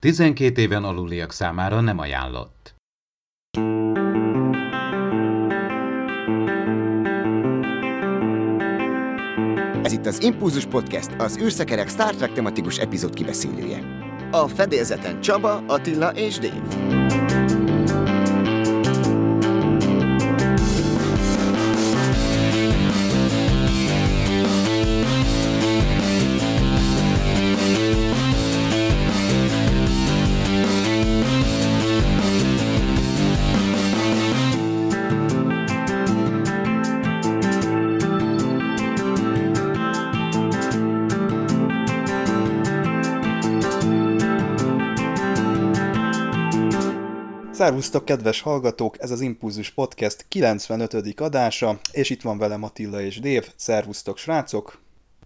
12 éven aluliak számára nem ajánlott. Ez itt az Impulzus Podcast, az űrszekerek Star Trek tematikus epizód kibeszélője. A fedélzeten Csaba, Attila és Dave. Szervusztok, kedves hallgatók! Ez az Impulzus Podcast 95. adása, és itt van velem Attila és Dév. Szervusztok, srácok!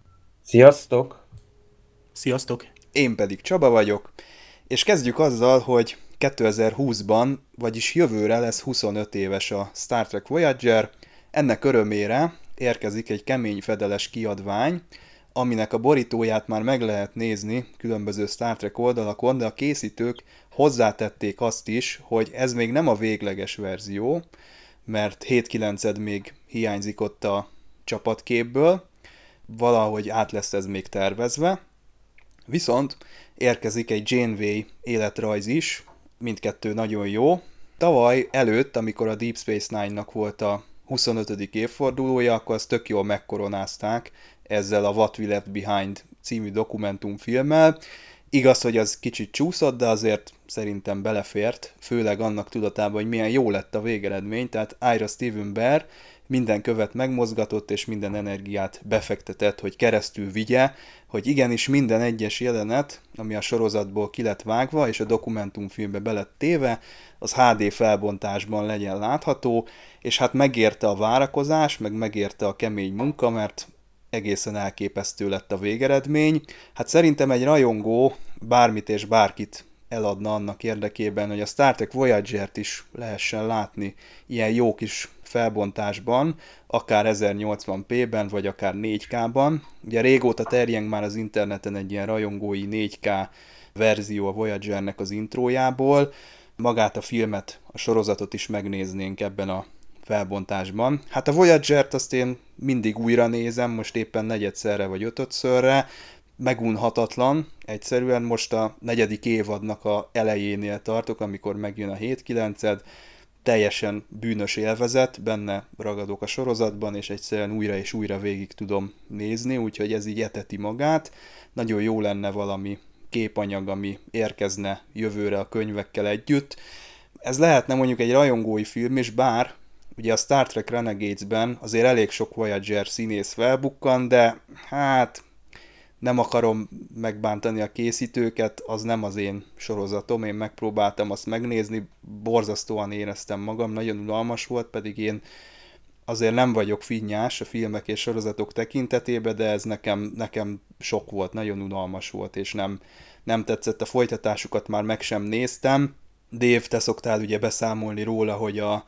Sziasztok! Sziasztok! Én pedig Csaba vagyok, és kezdjük azzal, hogy 2020-ban, vagyis jövőre lesz 25 éves a Star Trek Voyager. Ennek örömére érkezik egy kemény fedeles kiadvány, aminek a borítóját már meg lehet nézni különböző Star Trek oldalakon, de a készítők hozzátették azt is, hogy ez még nem a végleges verzió, mert 7-9 még hiányzik ott a csapatképből, valahogy át lesz ez még tervezve. Viszont érkezik egy Janeway életrajz is, mindkettő nagyon jó. Tavaly előtt, amikor a Deep Space Nine-nak volt a 25. évfordulója, akkor azt tök jól megkoronázták ezzel a What We Left Behind című dokumentumfilmmel. Igaz, hogy az kicsit csúszott, de azért szerintem belefért, főleg annak tudatában, hogy milyen jó lett a végeredmény, tehát Ira Steven Behr minden követ megmozgatott, és minden energiát befektetett, hogy keresztül vigye, hogy igenis minden egyes jelenet, ami a sorozatból ki lett vágva, és a dokumentumfilmbe be lett téve, az HD felbontásban legyen látható, és hát megérte a várakozás, meg megérte a kemény munka, mert egészen elképesztő lett a végeredmény. Hát szerintem egy rajongó bármit és bárkit eladna annak érdekében, hogy a Star Trek Voyager-t is lehessen látni ilyen jó kis felbontásban, akár 1080p-ben, vagy akár 4K-ban. Ugye régóta terjeng már az interneten egy ilyen rajongói 4K verzió a Voyager-nek az intrójából. Magát a filmet, a sorozatot is megnéznénk ebben a felbontásban. Hát a Voyager-t azt én mindig újra nézem, most éppen negyedszerre vagy ötödszörre, megunhatatlan, egyszerűen most a 4. évadnak a elejénél tartok, amikor megjön a 7-9, teljesen bűnös élvezet, benne ragadok a sorozatban, és egyszerűen újra és újra végig tudom nézni, úgyhogy ez így eteti magát. Nagyon jó lenne valami képanyag, ami érkezne jövőre a könyvekkel együtt. Ez lehetne mondjuk egy rajongói film is, bár ugye a Star Trek Renegades-ben azért elég sok Voyager színész felbukkan, de hát nem akarom megbántani a készítőket, az nem az én sorozatom, én megpróbáltam azt megnézni, borzasztóan éreztem magam, nagyon unalmas volt, pedig én azért nem vagyok finnyás a filmek és sorozatok tekintetében, de ez nekem sok volt, nagyon unalmas volt, és nem tetszett, a folytatásukat már meg sem néztem. Dave, te szoktál ugye beszámolni róla, hogy a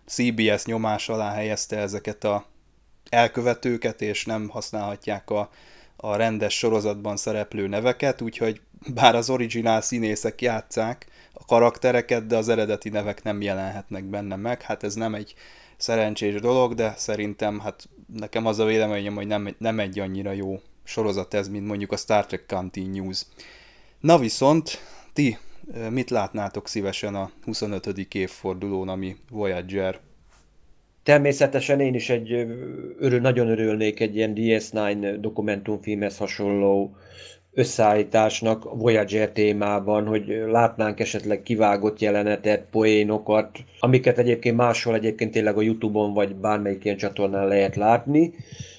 CBS nyomás alá helyezte ezeket a elkövetőket, és nem használhatják a rendes sorozatban szereplő neveket, úgyhogy bár az originál színészek játsszák a karaktereket, de az eredeti nevek nem jelenhetnek benne meg. Hát ez nem egy szerencsés dolog, de szerintem hát nekem az a véleményem, hogy nem egy annyira jó sorozat ez, mint mondjuk a Star Trek Continues. Na viszont, ti mit látnátok szívesen a 25. évfordulón, ami Voyager? Természetesen én is nagyon örülnék egy ilyen DS9 dokumentumfilmhez hasonló összeállításnak Voyager témában, hogy látnánk esetleg kivágott jelenetet, poénokat, amiket egyébként máshol egyébként tényleg a YouTube-on vagy bármelyik ilyen csatornán lehet látni,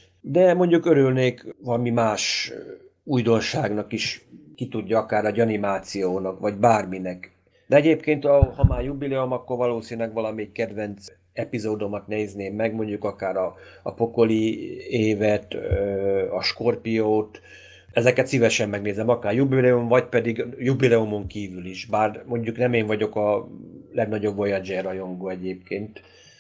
de mondjuk örülnék valami más újdonságnak is, ki tudja, akár egy animációnak, vagy bárminek. De egyébként, ha már jubileum, akkor valószínűleg valami kedvenc epizódomat nézném meg, mondjuk akár a pokoli évet, a Skorpiót, ezeket szívesen megnézem, akár jubileum, vagy pedig jubileumon kívül is, bár mondjuk nem én vagyok a legnagyobb Voyager rajongó egyébként,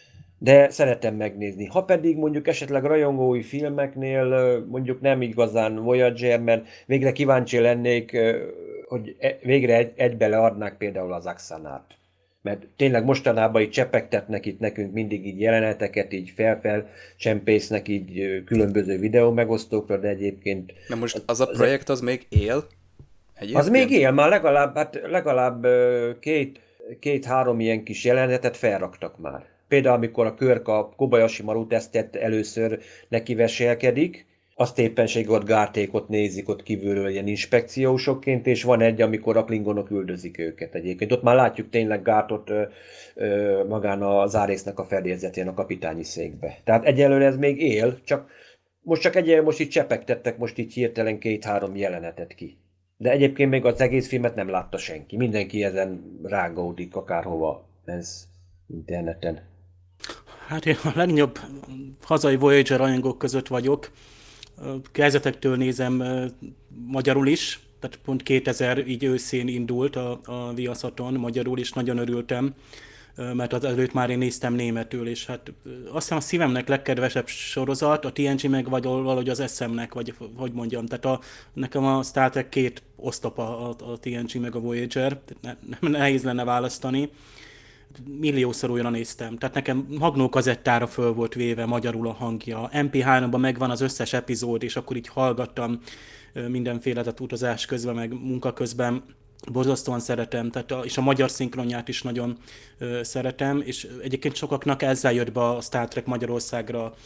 de szeretem megnézni. Ha pedig mondjuk esetleg rajongói filmeknél mondjuk nem igazán Voyager, mert végre kíváncsi lennék hogy végre egybe leadnák például az Axanát. Mert tényleg mostanában így csepegtetnek itt nekünk mindig így jeleneteket, így fel csempésznek így különböző videó megosztókra, de egyébként... Na most az a projekt az még él? Egyébként? Az még él, már legalább két-három ilyen kis jelenetet felraktak már. Például amikor a Kirk a Kobayashi Maru tesztet először neki veselkedik, azt éppenséggel ott Gártékot nézik ott kívülről ilyen inspekciósokként, és van egy, amikor a klingonok üldözik őket egyébként. Ott már látjuk tényleg Gártot magán az Árésznek a fedélzetén a kapitányi székbe. Tehát egyelőre ez még él, most itt csepegtettek most így hirtelen 2-3 jelenetet ki. De egyébként még az egész filmet nem látta senki. Mindenki ezen rágódik akárhova ez interneten. Hát én a legnagyobb hazai Voyager rajongók között vagyok. Kezdetektől nézem magyarul is, tehát pont 2000 így őszén indult a Viaszaton magyarul is, nagyon örültem, mert az előtt már én néztem németül, és hát azt hiszem a szívemnek legkedvesebb sorozat, a TNG meg vagy valahogy az eszemnek, vagy hogy mondjam, tehát nekem a Star Trek két oszlopa a TNG meg a Voyager, nehéz lenne választani. Milliószor újra néztem. Tehát nekem Magnó kazettára föl volt véve magyarul a hangja. MP3-ban megvan az összes epizód, és akkor így hallgattam mindenféle utazás közben, meg munka közben. Borzasztóan szeretem, és a magyar szinkronját is nagyon szeretem, és egyébként sokaknak ezzel jött be a Star Trek Magyarországra,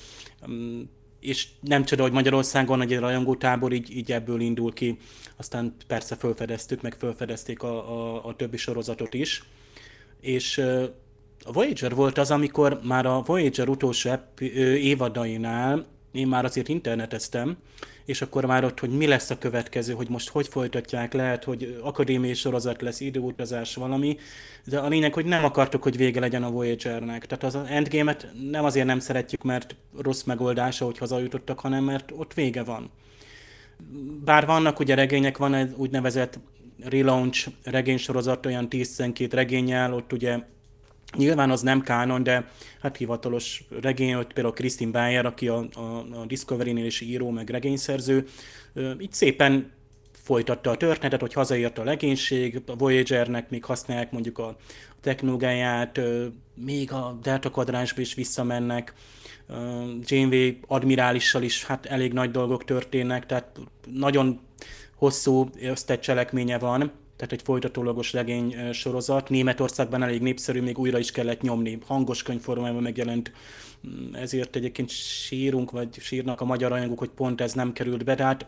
és nem csoda, hogy Magyarországon egy rajongótábor így ebből indul ki. Aztán persze felfedezték a többi sorozatot is. És a Voyager volt az, amikor már a Voyager utolsó évadainál én már azért interneteztem, és akkor már ott, hogy mi lesz a következő, hogy most hogy folytatják, lehet, hogy akadémiai sorozat lesz, időutazás, valami, de a lényeg, hogy nem akartuk, hogy vége legyen a Voyagernek. Tehát az Endgame-et nem azért nem szeretjük, mert rossz megoldása, hogy hazajutottak, hanem mert ott vége van. Bár vannak ugye regények, van egy úgynevezett relaunch regénysorozat, olyan 10-12 regénnyel, ott ugye nyilván az nem kánon, de hát hivatalos regény, ott például Christine Bayer, aki a Discovery-nél is író, meg regényszerző, így szépen folytatta a történetet, hogy hazaért a legénység, a Voyagernek még használják mondjuk a technológiáját, még a Delta kvadránsba is visszamennek, Janeway admirálissal is hát elég nagy dolgok történnek, tehát nagyon hosszú összetett cselekménye van, tehát egy folytatólagos regény sorozat. Németországban elég népszerű, még újra is kellett nyomni. Hangos könyvformájában megjelent, ezért egyébként sírnak a magyar rajongók, hogy pont ez nem került be, de hát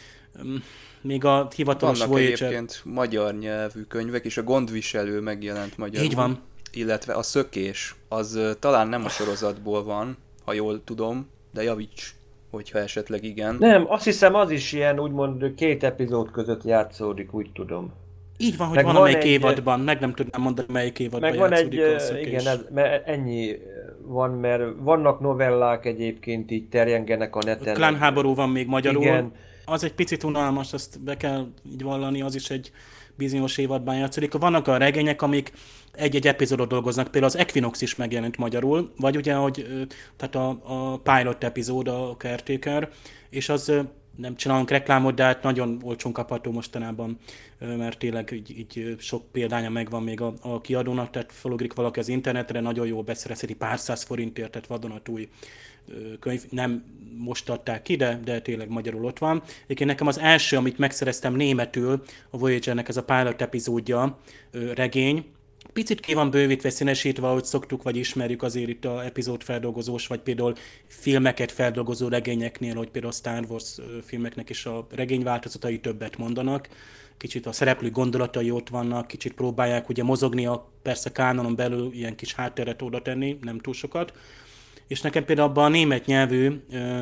még a hivatalos vannak Voyager... egyébként magyar nyelvű könyvek, és a Gondviselő megjelent magyarul. Így van. Illetve a Szökés, az talán nem a sorozatból van, ha jól tudom, de javíts, hogyha esetleg igen. Nem, azt hiszem az is ilyen úgymond 2 epizód között játszódik, úgy tudom. Így van, hogy meg valamelyik van évadban, meg nem tudnám mondani, melyik évadban meg van játszódik egy, a Szökés. igen, mert ennyi van, mert vannak novellák egyébként, így terjengenek a neten. Klánháború van még magyarul. Igen. Az egy picit unalmas, azt be kell így vallani, az is egy bizonyos évadban játszódik. Vannak a regények, amik egy-egy epizódot dolgoznak, például az Equinox is megjelent magyarul, vagy ugye, hogy tehát a pilot epizód, a Caretaker, és az nem csinálunk reklámot, de hát nagyon olcsón kapható mostanában, mert tényleg így sok példánya megvan még a kiadónak, tehát felugrik valaki az internetre, nagyon jó beszerezheti pár száz forintért, tehát vadonatúj könyv, nem most adták ki, de tényleg magyarul ott van. Egyébként nekem az első, amit megszereztem németül, a Voyagernek ez a pilot epizódja, regény, picit ki van bővítve, színesítve, ahogy szoktuk, vagy ismerjük azért itt a epizódfeldolgozós, vagy például filmeket feldolgozó regényeknél, hogy például a Star Wars filmeknek is a regényváltozatai többet mondanak. Kicsit a szereplő gondolatai ott vannak, kicsit próbálják ugye mozogni, persze kánonon belül ilyen kis hátteret oda tenni, nem túl sokat. És nekem például abban a német nyelvű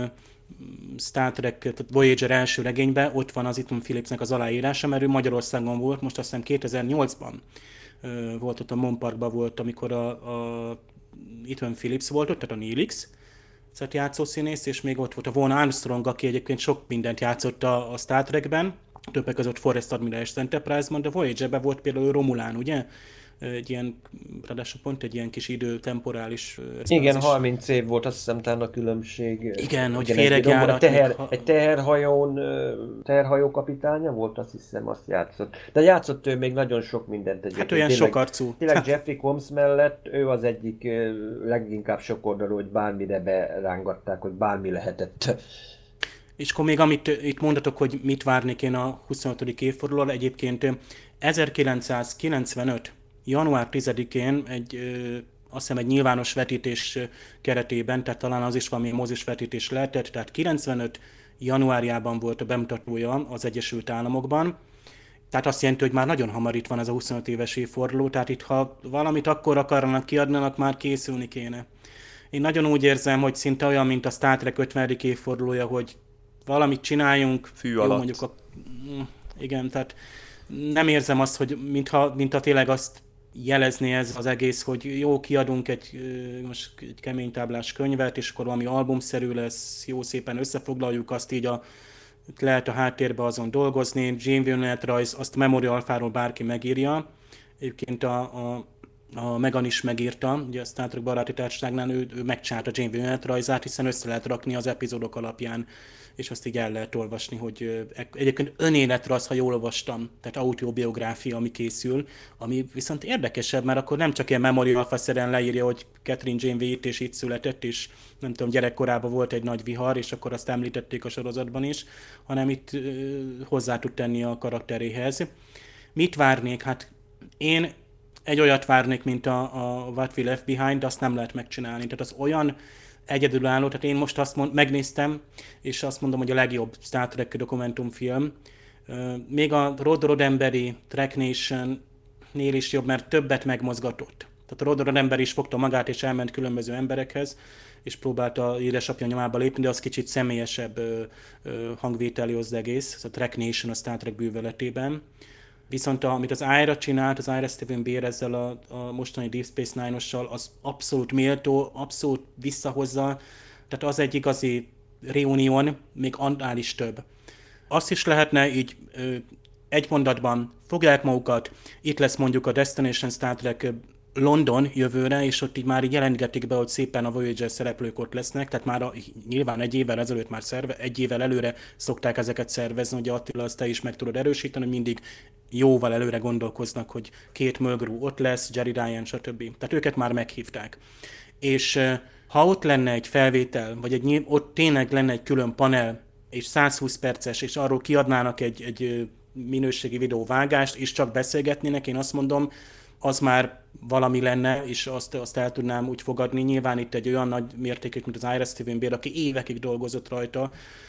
Star Trek, tehát Voyager első regényben ott van az Ethan Phillipsnek az aláírása, mert ő Magyarországon volt, most azt hiszem 2008-ban volt ott a Monparkban volt, amikor a Ethan Phillips volt ott, tehát a Neelix játszószínész, és még ott volt a Von Armstrong, aki egyébként sok mindent játszott a Star Trekben, többek között Forrest Admirális Enterprise-ban, de Voyagerben volt például Romulán, ugye? egy ilyen, ráadásul pont egy ilyen kis temporális. Igen, 30 év volt, azt hiszem, talán a különbség. Igen, hogy féregjárat. Egy teherhajó kapitánya volt, azt hiszem, azt játszott. De játszott ő még nagyon sok mindent egyébként. Hát olyan sokarcú. Tényleg Jeffrey Combs mellett ő az egyik leginkább sokoldalú, hogy bármire berángatták, hogy bármi lehetett. És akkor még amit itt mondatok, hogy mit várnék én a 25. évfordulóra, egyébként 1995. január 10-én azt hiszem egy nyilvános vetítés keretében, tehát talán az is valami mozis vetítés lehetett, tehát 95. januárjában volt a bemutatója az Egyesült Államokban, tehát azt jelenti, hogy már nagyon hamar itt van ez a 25 éves évforduló, tehát itt ha valamit akkor akarnak kiadnának, már készülni kéne. Én nagyon úgy érzem, hogy szinte olyan, mint a Star Trek 50. évfordulója, hogy valamit csináljunk. Fű alatt. Mondjuk igen, tehát nem érzem azt, hogy mintha tényleg azt jelezné ez az egész, hogy jó, kiadunk egy kemény táblás könyvet, és akkor valami albumszerű lesz, jó szépen összefoglaljuk, azt így lehet a háttérbe azon dolgozni, Janeway önéletrajz, azt Memory Alpháról bárki megírja. Egyébként a Megan is megírta, ugye a Star Trek Baráti Társaságnál ő megcsinálta Janeway önéletrajzát, hiszen össze lehet rakni az epizódok alapján, és azt így el lehet olvasni, hogy egyébként önéletrajz, ha jól olvastam, tehát autobiográfia, ami készül, ami viszont érdekesebb, mert akkor nem csak ilyen Memory Alpha-szerűen leírja, hogy Catherine Janeway itt és itt született, és nem tudom, gyerekkorában volt egy nagy vihar, és akkor azt említették a sorozatban is, hanem itt hozzá tud tenni a karakteréhez. Mit várnék? Hát én egy olyat várnék, mint a What We Left Behind, de azt nem lehet megcsinálni. Tehát az olyan egyedülálló, tehát én most azt megnéztem, és azt mondom, hogy a legjobb Star Trek dokumentumfilm. Még a Rod Roddenberry Trek Nation-nél is jobb, mert többet megmozgatott. Tehát a Rod Roddenberry is fogta magát, és elment különböző emberekhez, és próbálta édesapja nyomába lépni, de az kicsit személyesebb hangvételű az egész, a Trek Nation a Star Trek bűveletében. Viszont amit az Ira csinált, az Ira Steven Behr ezzel a mostani Deep Space Nine-ossal, az abszolút méltó, abszolút visszahozza, tehát az egy igazi reunión, még annál is több. Azt is lehetne így egy mondatban, fogják magukat, itt lesz mondjuk a Destination Star Trek London jövőre, és ott így már így jelentgetik be, hogy szépen a Voyager szereplők ott lesznek, tehát már nyilván egy évvel ezelőtt már egy évvel előre szokták ezeket szervezni, hogy Attila, azt te is meg tudod erősíteni, hogy mindig jóval előre gondolkoznak, hogy Kate Mulgrew ott lesz, Jerry Ryan, stb. Tehát őket már meghívták. És ha ott lenne egy felvétel, vagy ott tényleg lenne egy külön panel, és 120 perces, és arról kiadnának egy minőségi videóvágást, és csak beszélgetnének, én azt mondom, az már valami lenne, és azt el tudnám úgy fogadni. Nyilván itt egy olyan nagy mértékű, mint az Ira Steven Behr, aki évekig dolgozott rajta,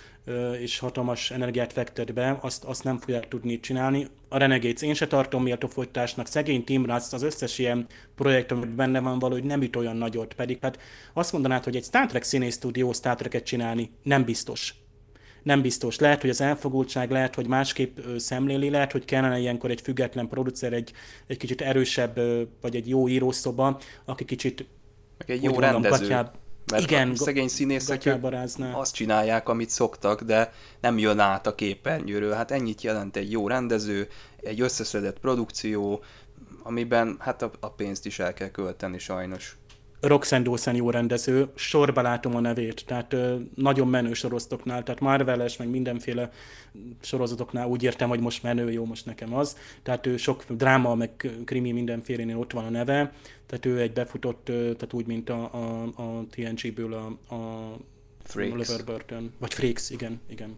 és hatalmas energiát fektet be, azt nem fogják tudni csinálni. A Renegades én se tartom méltófogytásnak, szegény Tim Russ, az összes ilyen projekt, amiben benne van valahogy nem üt olyan nagyot, pedig hát azt mondanád, hogy egy Star Trek színész tud jó Star Trek-et csinálni, nem biztos. Nem biztos. Lehet, hogy az elfogultság, lehet, hogy másképp szemléli, lehet, hogy kellene ilyenkor egy független producer, egy kicsit erősebb, vagy egy jó írószoba, aki kicsit... Meg egy jó rendező. Mert igen, a szegény színészek azt csinálják, amit szoktak, de nem jön át a képernyőről. Hát ennyit jelent egy jó rendező, egy összeszedett produkció, amiben hát a pénzt is el kell költeni sajnos. Roxanne Dawson jó rendező, sorba látom a nevét, tehát nagyon menő sorozatoknál, tehát Marvel-es, meg mindenféle sorozatoknál úgy értem, hogy most menő, jó, most nekem az. Tehát ő sok dráma, meg krimi mindenfélénél ott van a neve, tehát ő egy befutott, tehát úgy, mint a TNG-ből a Oliver Burton, vagy Frakes, igen.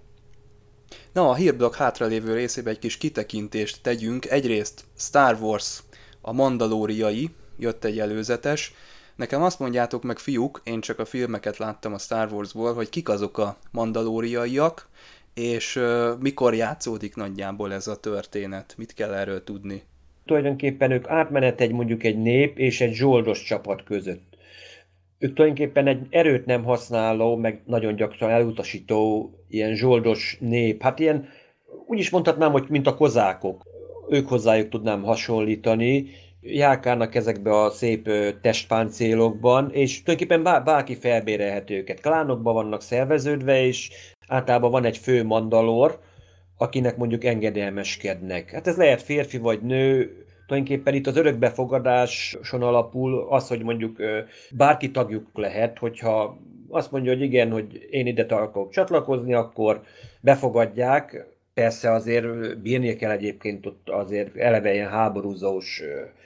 Na, a hírblog hátralévő részébe egy kis kitekintést tegyünk. Egyrészt Star Wars, a Mandalóriai, jött egy előzetes. Nekem azt mondjátok meg, fiúk, én csak a filmeket láttam a Star Warsból, hogy kik azok a mandalóriaiak, és mikor játszódik nagyjából ez a történet? Mit kell erről tudni? Tulajdonképpen ők átmenet mondjuk egy nép és egy zsoldos csapat között. Ők tulajdonképpen egy erőt nem használó, meg nagyon gyakran elutasító ilyen zsoldos nép. Hát ilyen, úgy is mondhatnám, hogy mint a kozákok. Ők hozzájuk tudnám hasonlítani. Járkálnak ezekbe a szép testpáncélokban, és tulajdonképpen bárki felbérelhet őket. Klánokban vannak szerveződve, és általában van egy fő mandalor, akinek mondjuk engedelmeskednek. Hát ez lehet férfi vagy nő, Tulajdonképpen itt az örökbefogadáson alapul az, hogy mondjuk bárki tagjuk lehet, hogyha azt mondja, hogy igen, hogy én ide akarok csatlakozni, akkor befogadják. Persze azért bírnia kell egyébként ott azért eleve ilyen háborúzós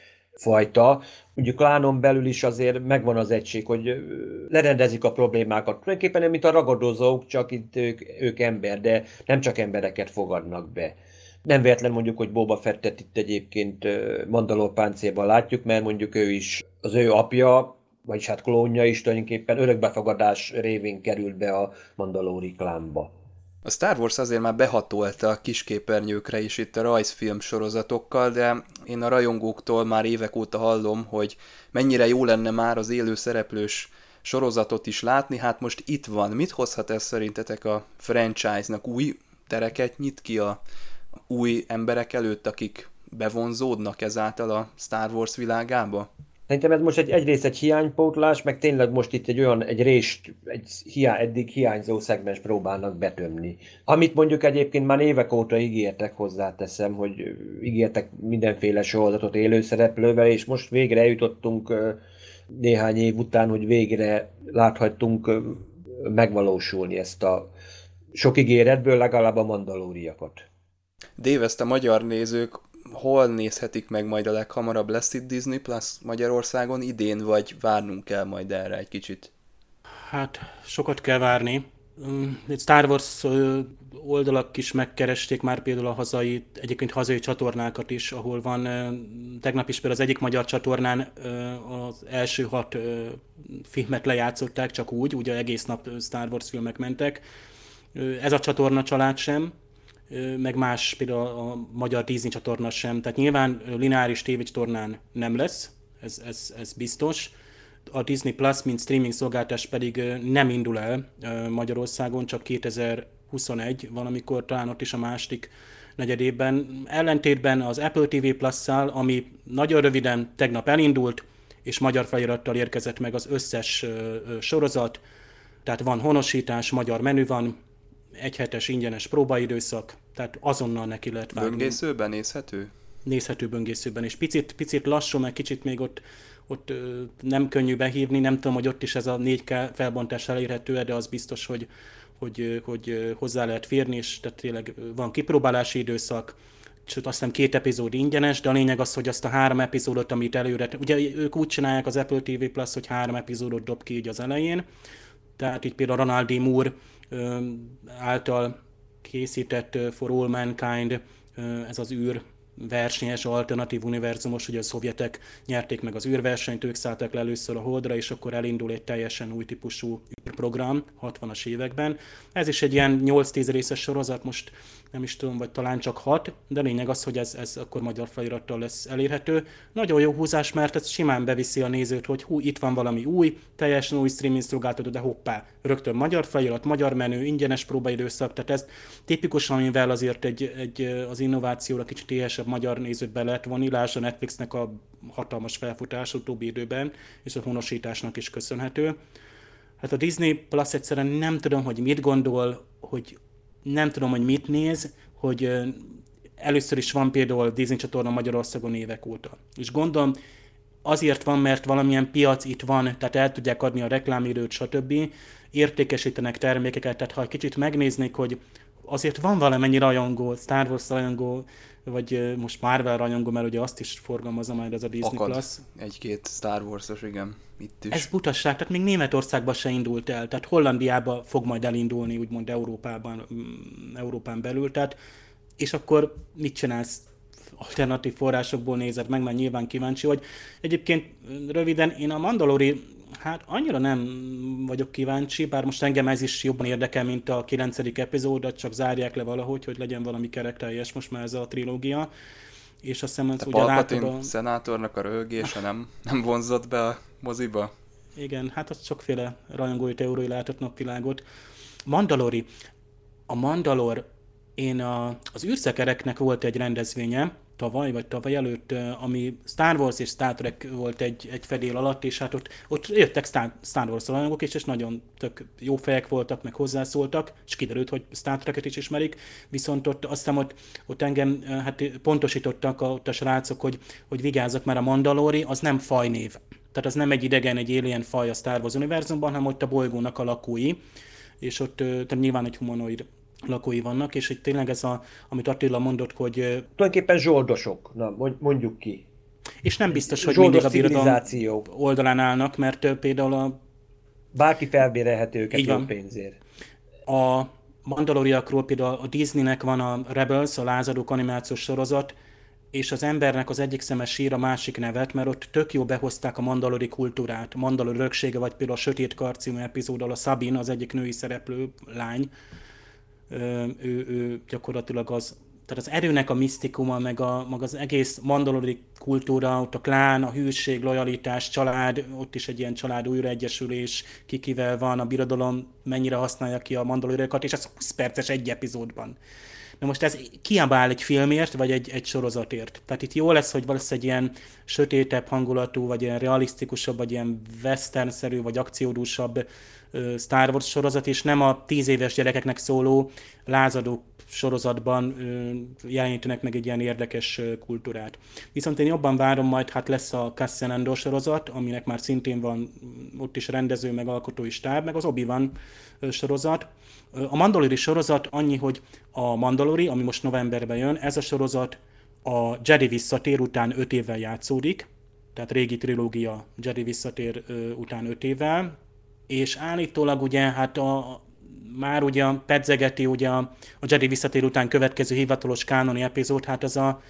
fajta. Mondjuk klánon belül is azért megvan az egység, hogy lerendezik a problémákat. Tulajdonképpen nem mint a ragadozók, csak itt ők ember, de nem csak embereket fogadnak be. Nem véletlen mondjuk, hogy Boba Fettet itt egyébként Mandalor páncélban látjuk, mert mondjuk ő is, az ő apja, vagyis hát klónja is tulajdonképpen örökbefogadás révén került be a mandalóri klánba. A Star Wars azért már behatolta a kisképernyőkre is itt a rajzfilm sorozatokkal, de én a rajongóktól már évek óta hallom, hogy mennyire jó lenne már az élő szereplős sorozatot is látni, hát most itt van. Mit hozhat ez szerintetek a franchise-nak? Új tereket nyit ki a új emberek előtt, akik bevonzódnak ezáltal a Star Wars világába? Szerintem ez most egyrészt egy hiánypótlás, meg tényleg most itt egy rést, eddig hiányzó szegmens próbálnak betömni. Amit mondjuk egyébként már évek óta ígértek, hozzáteszem, hogy ígértek mindenféle sorozatot élőszereplővel, és most végre eljutottunk néhány év után, hogy végre láthattunk megvalósulni ezt a sok ígéretből legalább a mandalóriakat. Dave, ezt a magyar nézők hol nézhetik meg majd a leghamarabb? Lesz itt Disney Plus Magyarországon idén, vagy várnunk kell majd erre egy kicsit? Hát sokat kell várni. Star Wars oldalak is megkeresték már például egyébként hazai csatornákat is, ahol van, tegnap is például az egyik magyar csatornán az első 6 filmet lejátszották, csak úgy, ugye egész nap Star Wars filmek mentek. Ez a csatorna család sem, meg más, például a magyar Disney csatorna sem. Tehát nyilván lineáris tévécsatornán nem lesz, ez biztos. A Disney Plus, mint streaming szolgáltatás pedig nem indul el Magyarországon, csak 2021, valamikor talán ott is a második negyedében. Ellentétben az Apple TV Plus-szal, ami nagyon röviden tegnap elindult, és magyar felirattal érkezett meg az összes sorozat, tehát van honosítás, magyar menü van, egyhetes ingyenes próbaidőszak, tehát azonnal neki lehet vágni. Böngészőben nézhető? Nézhető böngészőben, és picit lassú, meg kicsit még ott nem könnyű behívni, nem tudom, hogy ott is ez a 4K felbontás elérhető, de az biztos, hogy hozzá lehet férni, és tehát tényleg van kipróbálási időszak, sőt azt hiszem 2 epizód ingyenes, de a lényeg az, hogy azt a 3 epizódot, amit előre, ugye ők úgy csinálják az Apple TV Plus, hogy 3 epizódot dob ki így az elején, tehát itt például Ronald D. Moore által készített For All Mankind, ez az űr versenyes, alternatív univerzumos, ugye a szovjetek nyerték meg az űrversenyt, ők szálltak le először a Holdra, és akkor elindul egy teljesen új típusú űrprogram 60-as években. Ez is egy ilyen 8-10 részes sorozat, most nem is tudom, vagy talán csak 6, de lényeg az, hogy ez akkor magyar felirattal lesz elérhető. Nagyon jó húzás, mert ez simán beviszi a nézőt, hogy itt van valami új, teljesen új streaming szolgáltató, de hoppá, rögtön magyar felirat, magyar menü, ingyenes próbaidőszak, tehát ez tipikus, amivel azért az innovációra kicsit éhesebb magyar nézőt be lehet vonni, lásd a Netflixnek a hatalmas felfutás utóbbi időben, és a honosításnak is köszönhető. Hát a Disney Plus egyszerűen nem tudom, hogy mit gondol, hogy nem tudom, hogy mit néz, hogy először is van például Disney csatorna Magyarországon évek óta. És gondolom, azért van, mert valamilyen piac itt van, tehát el tudják adni a reklámidőt, stb. Értékesítenek termékeket, tehát ha egy kicsit megnéznék, hogy azért van valamennyi rajongó, Star Wars rajongó, vagy most Marvel rajongó, mert ugye azt is forgalmazza majd ez a Disney Akad Plus. egy-két Star Wars-os, igen, itt is. Ez butasság, tehát még Németországban se indult el, tehát Hollandiában fog majd elindulni, úgymond Európán belül, tehát és akkor mit csinálsz? Alternatív forrásokból nézed meg, mert nyilván kíváncsi vagy. Egyébként röviden, én a Mandalori, hát annyira nem vagyok kíváncsi, bár most engem ez is jobban érdekel, mint a 9. epizódot, csak zárják le valahogy, hogy legyen valami kerekteljes most már ez a trilógia. És azt hiszem, hogy Palpatine szenátornak a röhögése nem vonzott be a moziba? Igen, hát az sokféle rajongói teóriai látott napvilágot. Mandalori. A Mandalor, az űrszekereknek volt egy rendezvénye, tavaly, vagy tavaly előtt, ami Star Wars és Star Trek volt egy fedél alatt, és hát ott jöttek Star Wars rajongók is, és nagyon tök jó fejek voltak, meg hozzászóltak, és kiderült, hogy Star Trek-et is ismerik, viszont ott azt hiszem, ott engem hát pontosítottak ott a srácok, hogy vigyázzak, mert a Mandalori az nem fajnév. Tehát az nem egy idegen, egy alien faj a Star Wars univerzumban, hanem ott a bolygónak a lakói, és ott nyilván egy humanoid lakói vannak, és hogy tényleg ez, amit Attila mondott, hogy... Tulajdonképpen zsoldosok, na, mondjuk ki. És nem biztos, hogy zsoldos mindig a birodalom oldalán állnak, mert például bárki felbérelheti őket jó pénzért. A Mandaloriakról például a Disneynek van a Rebels, a lázadók animációs sorozat, és az embernek az egyik szeme sír a másik nevet, mert ott tök jó behozták a mandalori kultúrát, a mandalori öröksége, vagy például a Sötét Kard című epizóddal a Sabine, az egyik női szereplő lány, ő gyakorlatilag az, tehát az erőnek a misztikuma, meg az egész mandalori kultúra, ott a klán, a hűség, lojalitás, család, ott is egy ilyen család újraegyesülés, kivel van, a birodalom mennyire használja ki a mandaloriakat, és ez 20 perces egy epizódban. Na most ez kiabál egy filmért, vagy egy sorozatért. Tehát itt jó lesz, hogy valószínűleg egy ilyen sötétebb hangulatú, vagy ilyen realisztikusabb, vagy ilyen westernszerű, vagy akciódúsabb Star Wars sorozat, és nem a 10 éves gyerekeknek szóló lázadó sorozatban jelenítenek meg egy ilyen érdekes kultúrát. Viszont én jobban várom, majd hát lesz a Cassian Andor sorozat, aminek már szintén van ott is rendező, meg alkotói stáb, meg az Obi-Wan sorozat. A Mandalori sorozat annyi, hogy a Mandalori, ami most novemberben jön, ez a sorozat a Jedi visszatér után 5 évvel játszódik, tehát régi trilógia Jedi visszatér után 5 évvel, és állítólag ugye hát már ugye pedzegeti ugye a Jedi visszatér után következő hivatalos kánoni epizód, hát az a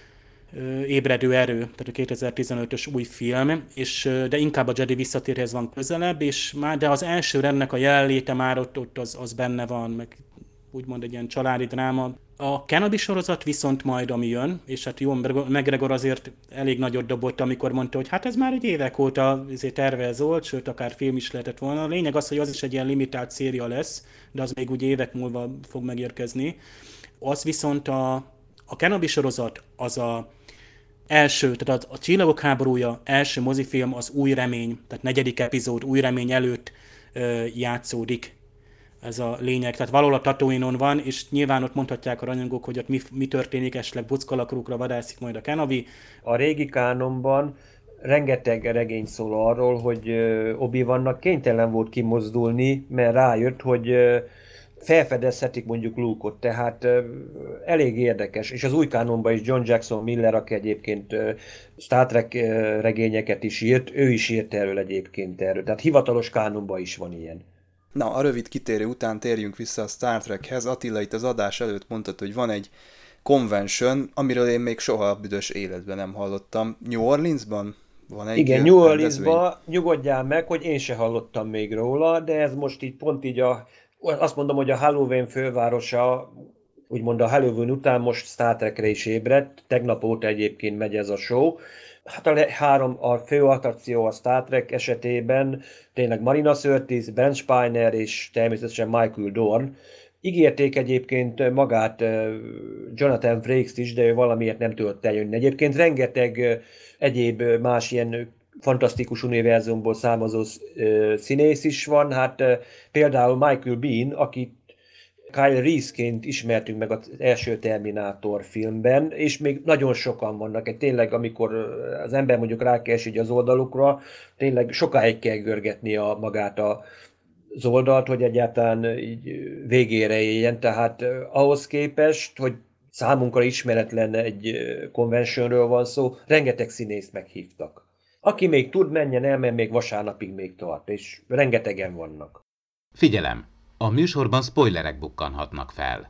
Ébredő erő, tehát a 2015-ös új film, de inkább a Jedi visszatérhez van közelebb, de az első rendnek a jelenléte már ott az benne van, meg úgymond egy ilyen családi dráma. A Kenobi sorozat viszont majd, ami jön, és hát Ewan McGregor azért elég nagyot dobott, amikor mondta, hogy hát ez már egy évek óta tervezolt, sőt, akár film is lehetett volna. A lényeg az, hogy az is egy ilyen limitált széria lesz, de az még úgy évek múlva fog megérkezni. Az viszont a Kenobi sorozat az első, tehát a Csillagok háborúja első mozifilm az Új remény, tehát 4. epizód Új remény előtt játszódik. Ez a lényeg. Tehát valahol a Tatooine-on van, és nyilván ott mondhatják a rajongók, hogy ott mi történik, esetleg buckalakrúkra vadászik majd a Kenobi. A régi kánonban rengeteg regény szól arról, hogy Obi-Wannak kénytelen volt kimozdulni, mert rájött, hogy felfedezhetik mondjuk Luke-ot, tehát elég érdekes. És az új kánonban is John Jackson Miller, aki egyébként Star Trek regényeket is írt, ő is írt erről egyébként erről. Tehát hivatalos kánonban is van ilyen. Na, a rövid kitérő után térjünk vissza a Star Trekhez. Attila itt az adás előtt mondtad, hogy van egy convention, amiről én még soha a büdös életben nem hallottam. New Orleansban van egy Igen, New Orleansban nyugodjál meg, hogy én se hallottam még róla, de ez most így pont így azt mondom, hogy a Halloween fővárosa, úgymond a Halloween után most Star Trekre is ébredt, tegnap óta egyébként megy ez a show. Hát a fő attrakció a Star Trek esetében tényleg Marina Sirtis, Ben Spiner és természetesen Michael Dorn. Ígérték egyébként magát Jonathan Frakes is, de ő valamiért nem tudott eljönni. Egyébként rengeteg egyéb más ilyen fantasztikus univerzumból származó színész is van, hát például Michael Biehn, akit Kyle Reese-ként ismertünk meg az első Terminátor filmben, és még nagyon sokan vannak. Tényleg, amikor az ember mondjuk rákeres az oldalukra, tényleg sokáig kell görgetni magát az oldalt, hogy egyáltalán így végére éljen. Tehát ahhoz képest, hogy számunkra ismeretlen egy conventionről van szó, rengeteg színészt meghívtak. Aki még tud, menjen el, mert még vasárnapig még tart, és rengetegen vannak. Figyelem! A műsorban spoilerek bukkanhatnak fel.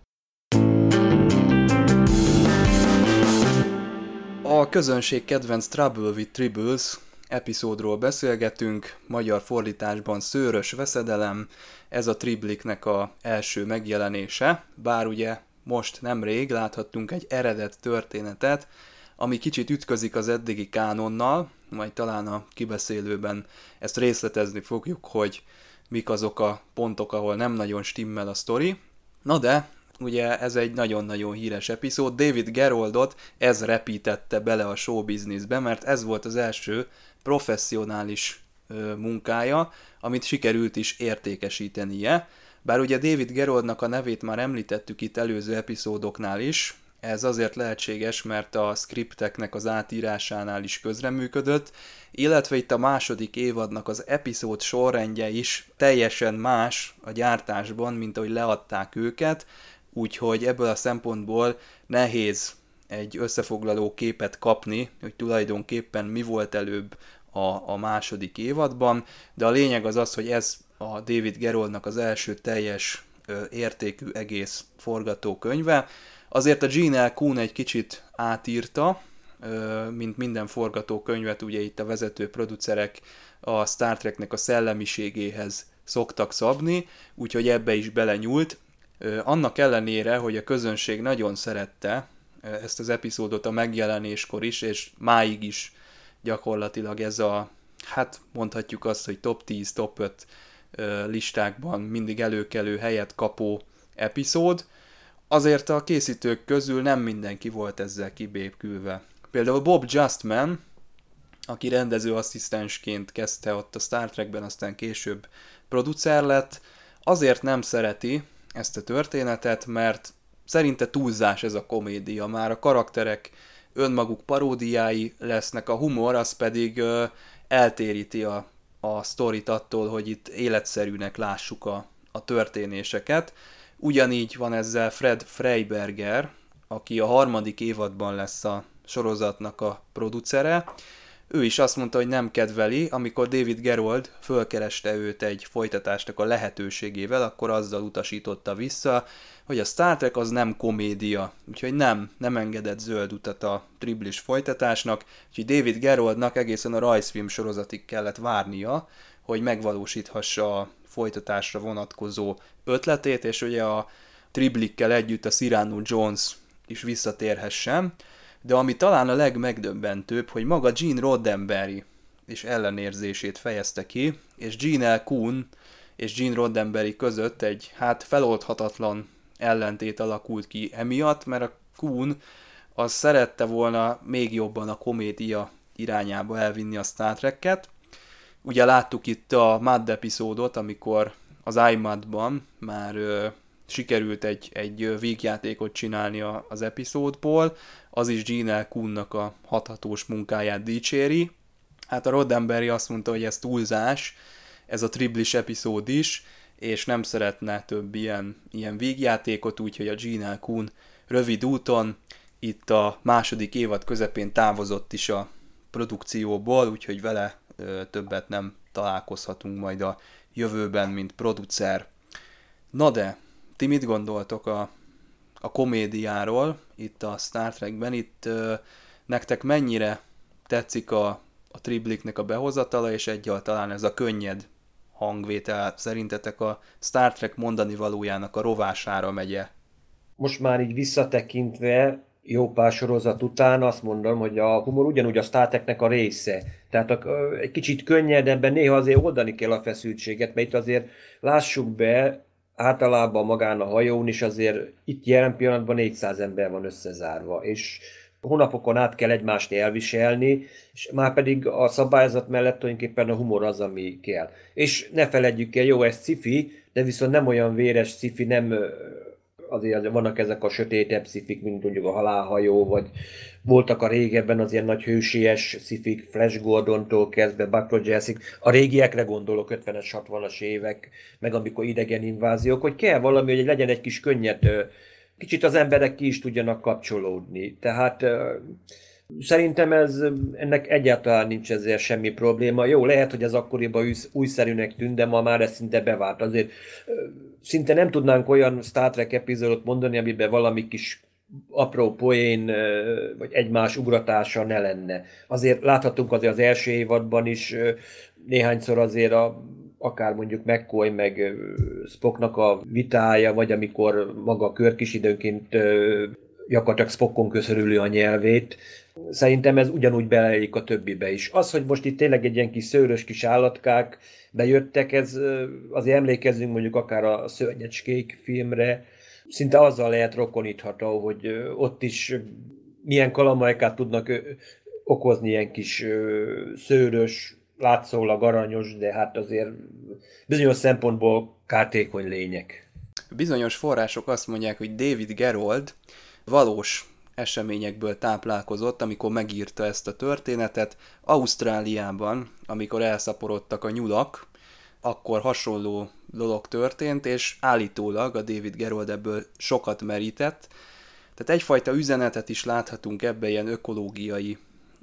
A közönség kedvenc Trouble with Tribbles epizódról beszélgetünk, magyar fordításban Szőrös veszedelem, ez a Tribliknek a első megjelenése, bár ugye most nemrég láthattunk egy eredet történetet, ami kicsit ütközik az eddigi kánonnal, majd talán a kibeszélőben ezt részletezni fogjuk, hogy mik azok a pontok, ahol nem nagyon stimmel a sztori. Na de, ugye ez egy nagyon-nagyon híres epizód. David Gerroldot ez repítette bele a show businessbe, mert ez volt az első professzionális munkája, amit sikerült is értékesítenie. Bár ugye David Gerroldnak a nevét már említettük itt előző epizódoknál is, ez azért lehetséges, mert a scripteknek az átírásánál is közreműködött, illetve itt a második évadnak az epizód sorrendje is teljesen más a gyártásban, mint ahogy leadták őket, úgyhogy ebből a szempontból nehéz egy összefoglaló képet kapni, hogy tulajdonképpen mi volt előbb a második évadban, de a lényeg az az, hogy ez a David Gerroldnak az első teljes értékű egész forgatókönyve. Azért a Gene L. Coon egy kicsit átírta, mint minden forgatókönyvet, ugye itt a vezető producerek a Star Treknek a szellemiségéhez szoktak szabni, úgyhogy ebbe is belenyúlt. Annak ellenére, hogy a közönség nagyon szerette ezt az epizódot a megjelenéskor is, és máig is gyakorlatilag ez a, hát mondhatjuk azt, hogy top 10, top 5 listákban mindig előkelő helyet kapó epizód, azért a készítők közül nem mindenki volt ezzel kibékülve. Például Bob Justman, aki rendezőasszisztensként kezdte ott a Star Trekben, aztán később producer lett, azért nem szereti ezt a történetet, mert szerinte túlzás ez a komédia. Már a karakterek önmaguk paródiái lesznek, a humor az pedig eltéríti a sztorit attól, hogy itt életszerűnek lássuk a történéseket. Ugyanígy van ezzel Fred Freiberger, aki a harmadik évadban lesz a sorozatnak a producere. Ő is azt mondta, hogy nem kedveli, amikor David Gerrold fölkereste őt egy folytatásnak a lehetőségével, akkor azzal utasította vissza, hogy a Star Trek az nem komédia, úgyhogy nem engedett zöld utat a triblis folytatásnak, úgyhogy David Gerroldnak egészen a rajzfilm sorozatig kellett várnia, hogy megvalósíthassa a folytatásra vonatkozó ötletét, és ugye a triblikkel együtt a Cyrano Jones is visszatérhessen, de ami talán a legmegdöbbentőbb, hogy maga Gene Roddenberry is ellenérzését fejezte ki, és Gene L. Coon és Gene Roddenberry között egy feloldhatatlan ellentét alakult ki emiatt, mert a Coon az szerette volna még jobban a komédia irányába elvinni a Star Trek-et. Ugye láttuk itt a Mad epizódot, amikor az iMud-ban már sikerült egy vígjátékot csinálni az epizódból, az is Gene L. Coonnak a hathatós munkáját dicséri. Hát a Roddenberry azt mondta, hogy ez túlzás, ez a triblis epizód is, és nem szeretne több ilyen vígjátékot, úgyhogy a Gene L. Coon rövid úton itt a második évad közepén távozott is a produkcióból, úgyhogy vele többet nem találkozhatunk majd a jövőben, mint producer. Na de, ti mit gondoltok a komédiáról itt a Star Trekben? Itt nektek mennyire tetszik a tribliknek a behozatala, és egyáltalán ez a könnyed hangvétel szerintetek a Star Trek mondani valójának a rovására megye? Most már így visszatekintve, jó pár sorozat után azt mondom, hogy a humor ugyanúgy a Star Treknek a része. Tehát egy kicsit könnyedebben néha azért oldani kell a feszültséget, mert itt azért lássuk be, általában magán a hajón is azért itt jelen pillanatban 400 ember van összezárva, és hónapokon át kell egymást elviselni, és már pedig a szabályzat mellett tulajdonképpen a humor az, ami kell. És ne feledjük el, jó, ez sci-fi, de viszont nem olyan véres sci-fi, nem azért vannak ezek a sötétebb szifik, mint mondjuk a Halálhajó, vagy voltak a régebben az ilyen nagy hősies szifik, Flash Gordontól kezdve, Buck Rogersig, a régiekre gondolok, 50-es, 60-as évek, meg amikor idegen inváziók, hogy kell valami, hogy legyen egy kis könnyed, kicsit az emberek ki is tudjanak kapcsolódni. Tehát szerintem ennek egyáltalán nincs ezzel semmi probléma. Jó, lehet, hogy ez akkoriban újszerűnek tűnt, de ma már ez szinte bevált. Azért szinte nem tudnánk olyan Star Trek epizódot mondani, amiben valami kis apró poén, vagy egymás ugratása ne lenne. Azért láthatunk azért az első évadban is néhányszor azért akár mondjuk McCoy meg Spocknak a vitája, vagy amikor maga Kirk is időnként gyakorlatilag Spockon köszörüli a nyelvét. Szerintem ez ugyanúgy beleillik a többibe is. Az, hogy most itt tényleg egy ilyen kis szőrös kis állatkák bejöttek, ez azért emlékezzünk mondjuk akár a Szörnyecskék filmre, szinte azzal lehet rokonítható, hogy ott is milyen kalamajkát tudnak okozni, ilyen kis szőrös, látszólag aranyos, de hát azért bizonyos szempontból kártékony lények. Bizonyos források azt mondják, hogy David Gerrold valós eseményekből táplálkozott, amikor megírta ezt a történetet. Ausztráliában, amikor elszaporodtak a nyulak, akkor hasonló dolog történt, és állítólag a David Gerrold ebből sokat merített. Tehát egyfajta üzenetet is láthatunk ebben ilyen ökológiai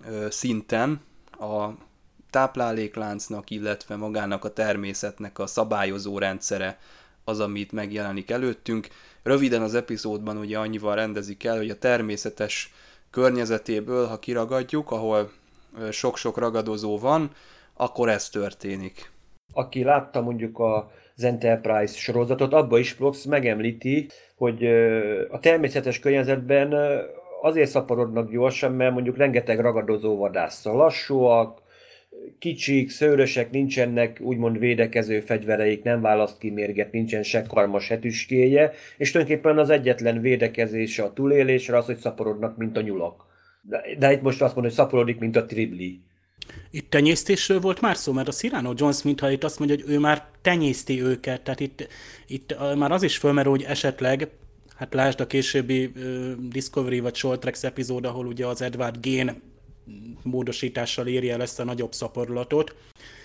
szinten a táplálékláncnak, illetve magának a természetnek a szabályozó rendszere az, amit megjelenik előttünk. Röviden az epizódban ugye annyival rendezik el, hogy a természetes környezetéből, ha kiragadjuk, ahol sok-sok ragadozó van, akkor ez történik. Aki látta mondjuk az Enterprise sorozatot, abba is Phlox megemlíti, hogy a természetes környezetben azért szaporodnak gyorsan, mert mondjuk rengeteg ragadozó vadászza lassúak, kicsik, szőrösek, nincsenek úgymond védekező fegyvereik, nem választ ki mérget, nincsen se karma, se tüskéje, és tulajdonképpen az egyetlen védekezése a túlélésre az, hogy szaporodnak, mint a nyulak. De itt most azt mondom, hogy szaporodik, mint a tribli. Itt tenyésztésről volt már szó, mert a Cyrano Jones mintha itt azt mondja, hogy ő már tenyészti őket, tehát itt már az is fölmerül, hogy esetleg, hát lásd a későbbi Discovery vagy Short Tracks epizód, ahol ugye az Edward gén módosítással érje el ezt a nagyobb szaporulatot.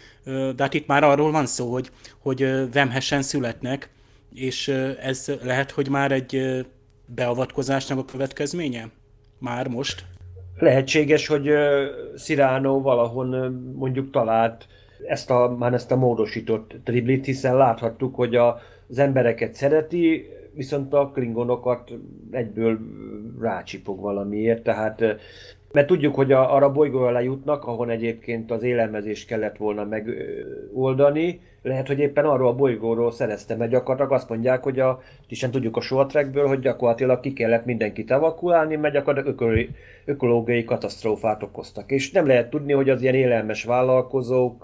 De hát itt már arról van szó, hogy vemhesen születnek, és ez lehet, hogy már egy beavatkozásnak a következménye? Már most? Lehetséges, hogy Cyrano valahol mondjuk talált ezt a módosított triblit, hiszen láthattuk, hogy az embereket szereti, viszont a klingonokat egyből rácsipog valamiért, tehát mert tudjuk, hogy arra a bolygóra lejutnak, ahol egyébként az élelmezést kellett volna megoldani, lehet, hogy éppen arról a bolygóról szerezte, mert gyakorlatilag azt mondják, hogy hiszen tudjuk a Short Trackből, hogy gyakorlatilag ki kellett mindenkit evakuálni, mert gyakorlatilag ökológiai katasztrófát okoztak. És nem lehet tudni, hogy az ilyen élelmes vállalkozók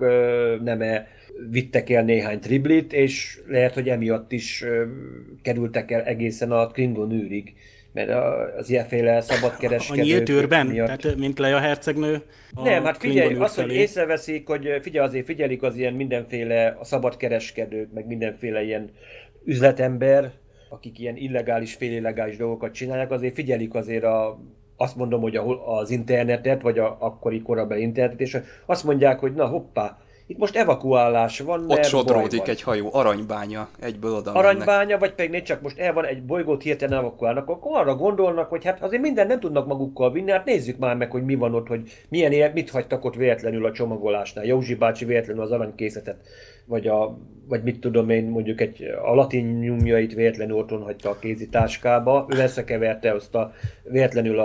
nem vittek el néhány triblit, és lehet, hogy emiatt is kerültek el egészen a Klingon űrig, mert az ilyenféle szabadkereskedők a nyílt űrben? miatt... Tehát mint Leia hercegnő? Nem, hát figyelj, az, hogy észreveszik, hogy figyelj, azért figyelik az ilyen mindenféle a szabadkereskedők, meg mindenféle ilyen üzletember, akik ilyen illegális, félillegális dolgokat csinálják, azért figyelik azért azt mondom, hogy az internetet, vagy akkori korabeli internetet, és azt mondják, hogy na hoppá, itt most evakuálás van, ott sodródik egy hajó, Aranybánya, egyből oda Aranybánya, mennek. vagy pedig csak most el van egy bolygót hirtelen evakuálnak, akkor arra gondolnak, hogy hát azért minden nem tudnak magukkal vinni, hát nézzük már meg, hogy mi van ott, hogy mit hagytak ott véletlenül a csomagolásnál. Józsi bácsi véletlenül az aranykészletet, vagy mit tudom én, mondjuk a latinnyumjait véletlenül otthon hagyta a kézitáskába, ő összekeverte azt véletlenül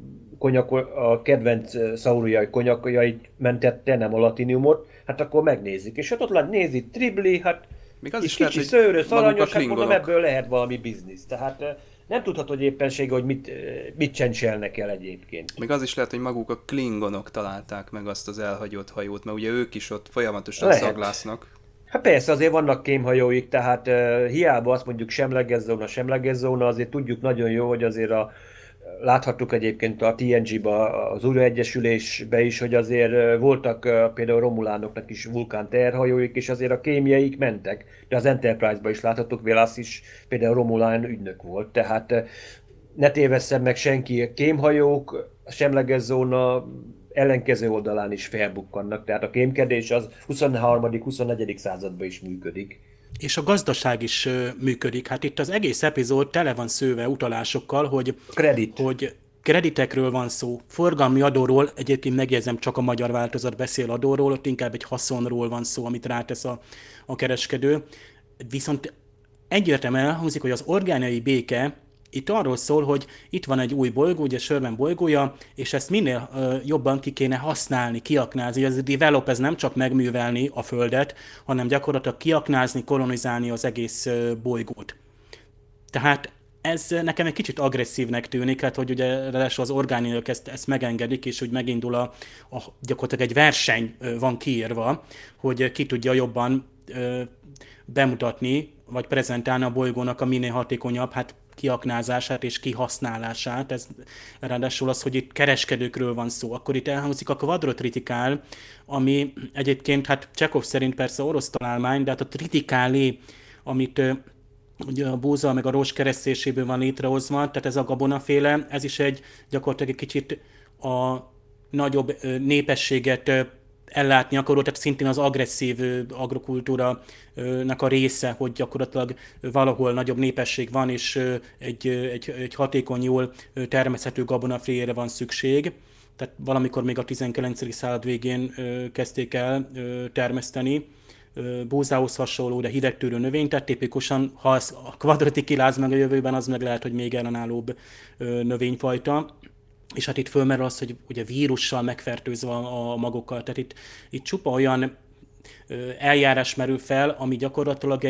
a kedvenc szaurujai konyakjait mentette, nem a latiniumot, hát akkor megnézzük. És ott nézi tribli, hát még az is is lehet, kicsi, hogy szőrös, aranyos, hát klingonok. mondom, ebből lehet valami biznisz. Tehát nem tudhatod éppensége, hogy mit csencselnek el egyébként. Még az is lehet, hogy maguk a klingonok találták meg azt az elhagyott hajót, mert ugye ők is ott folyamatosan lehet. szaglásznak. Hát persze, azért vannak kémhajóik, tehát hiába azt mondjuk semleges zóna, azért tudjuk nagyon jó, hogy azért láthattuk egyébként a TNG-ba, az újraegyesülésbe is, hogy azért voltak például Romulánoknak is vulkán teherhajóik, és azért a kémjeik mentek. De az Enterprise-ba is láthattuk, Vélasz is például Romulán ügynök volt. Tehát ne tévesszem meg senki, kémhajók, a semleges zóna ellenkező oldalán is felbukkannak. Tehát a kémkedés az 23.-24. században is működik. És a gazdaság is működik. Hát itt az egész epizód tele van szőve utalásokkal, hogy kreditekről van szó. Forgalmi adóról, egyébként megjegyzem, csak a magyar változat beszél adóról, ott inkább egy haszonról van szó, amit rátesz a kereskedő. Viszont egyértelműen elhangzik, hogy az orgánai béke itt arról szól, hogy itt van egy új bolygó, ugye Sherman bolygója, és ezt minél jobban ki kéne használni, kiaknázni. Ez a develop, ez nem csak megművelni a Földet, hanem gyakorlatilag kiaknázni, kolonizálni az egész bolygót. Tehát ez nekem egy kicsit agresszívnek tűnik, hát hogy ugye az orgánok ezt megengedik, és hogy megindul gyakorlatilag egy verseny van kiírva, hogy ki tudja jobban bemutatni, vagy prezentálni a bolygónak a minél hatékonyabb, hát kiaknázását és kihasználását. Ez ráadásul az, hogy itt kereskedőkről van szó. Akkor itt elhangzik a kvadrotritikál, ami egyébként, hát Csekov szerint persze orosz találmány, de hát a tritikálé, amit ugye a búza meg a rós keresztéséből van létrehozva, tehát ez a gabonaféle, ez is gyakorlatilag egy kicsit a nagyobb népességet ellátni akaró, tehát szintén az agresszív agrokultúrának a része, hogy gyakorlatilag valahol nagyobb népesség van, és egy hatékony, jól termeszthető gabonafélére van szükség. Tehát valamikor még a 19. század végén kezdték el termeszteni búzához hasonló, de hidegtűrő növény, tehát tipikusan, ha a quadrutikiláz meg a jövőben, az meg lehet, hogy még ellenállóbb növényfajta. És hát itt fölmerül az, hogy ugye vírussal megfertőzve a magokkal, tehát itt csupa olyan eljárás merül fel, ami gyakorlatilag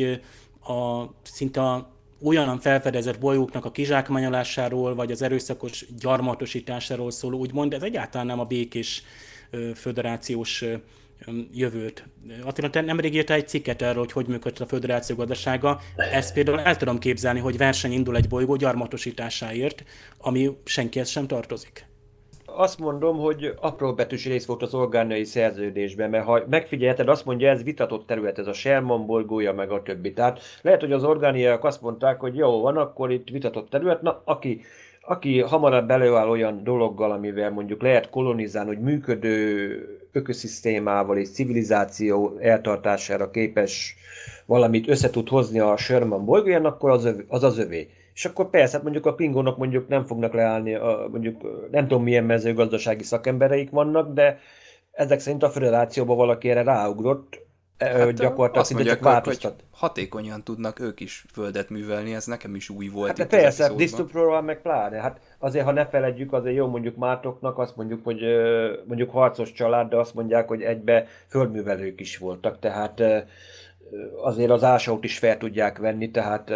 szinte olyan felfedezett bolygóknak a kizsákmányolásáról, vagy az erőszakos gyarmatosításáról szóló, úgymond, ez egyáltalán nem a békés föderációs jövőt. Attila, te nemrég írtál egy cikket erről, hogy működött a föderáció gazdasága. Ezt például el tudom képzelni, hogy verseny indul egy bolygó gyarmatosításáért, ami senkihez sem tartozik. Azt mondom, hogy apróbetűs rész volt az orgániai szerződésben, mert ha megfigyelted, azt mondja, ez vitatott terület, ez a Sherman bolygója, meg a többi. Tehát lehet, hogy az orgániaiak azt mondták, hogy jó van, akkor itt vitatott terület, na aki hamarabb előáll olyan dologgal, amivel mondjuk lehet kolonizálni, hogy működő ökoszisztémával és civilizáció eltartására képes valamit össze tud hozni a Sherman bolygóján, akkor az övé. És akkor persze, hát mondjuk a klingonok mondjuk nem fognak leállni, mondjuk nem tudom milyen mezőgazdasági szakembereik vannak, de ezek szerint a föderációban valaki erre ráugrott, gyakorlatilag azt szinte csak mondják, változtat. hogy hatékonyan tudnak ők is földet művelni, ez nekem is új volt. Hát de persze, Disztupróval meg pláne. Hát azért, ha ne feledjük, azért jó mondjuk Mátoknak, azt mondjuk, hogy mondjuk harcos család, de azt mondják, hogy egybe földművelők is voltak, tehát azért az ásót is fel tudják venni, tehát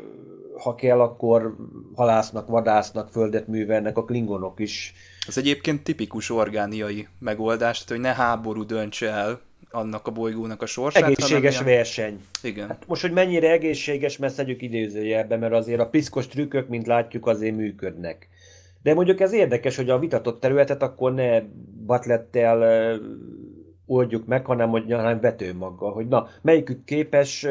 ha kell, akkor halásznak, vadásznak, földet művelnek a klingonok is. Ez egyébként tipikus orgániai megoldás, tehát hogy ne háború döntse el annak a bolygónak a sorsát. Egészséges verseny. Igen. Hát most, hogy mennyire egészséges, mert szedjük idézőjelbe, mert azért a piszkos trükkök, mint látjuk, azért működnek. De mondjuk ez érdekes, hogy a vitatott területet akkor ne batlettel oldjuk meg, hanem vetőmaggal, hogy na, melyikük képes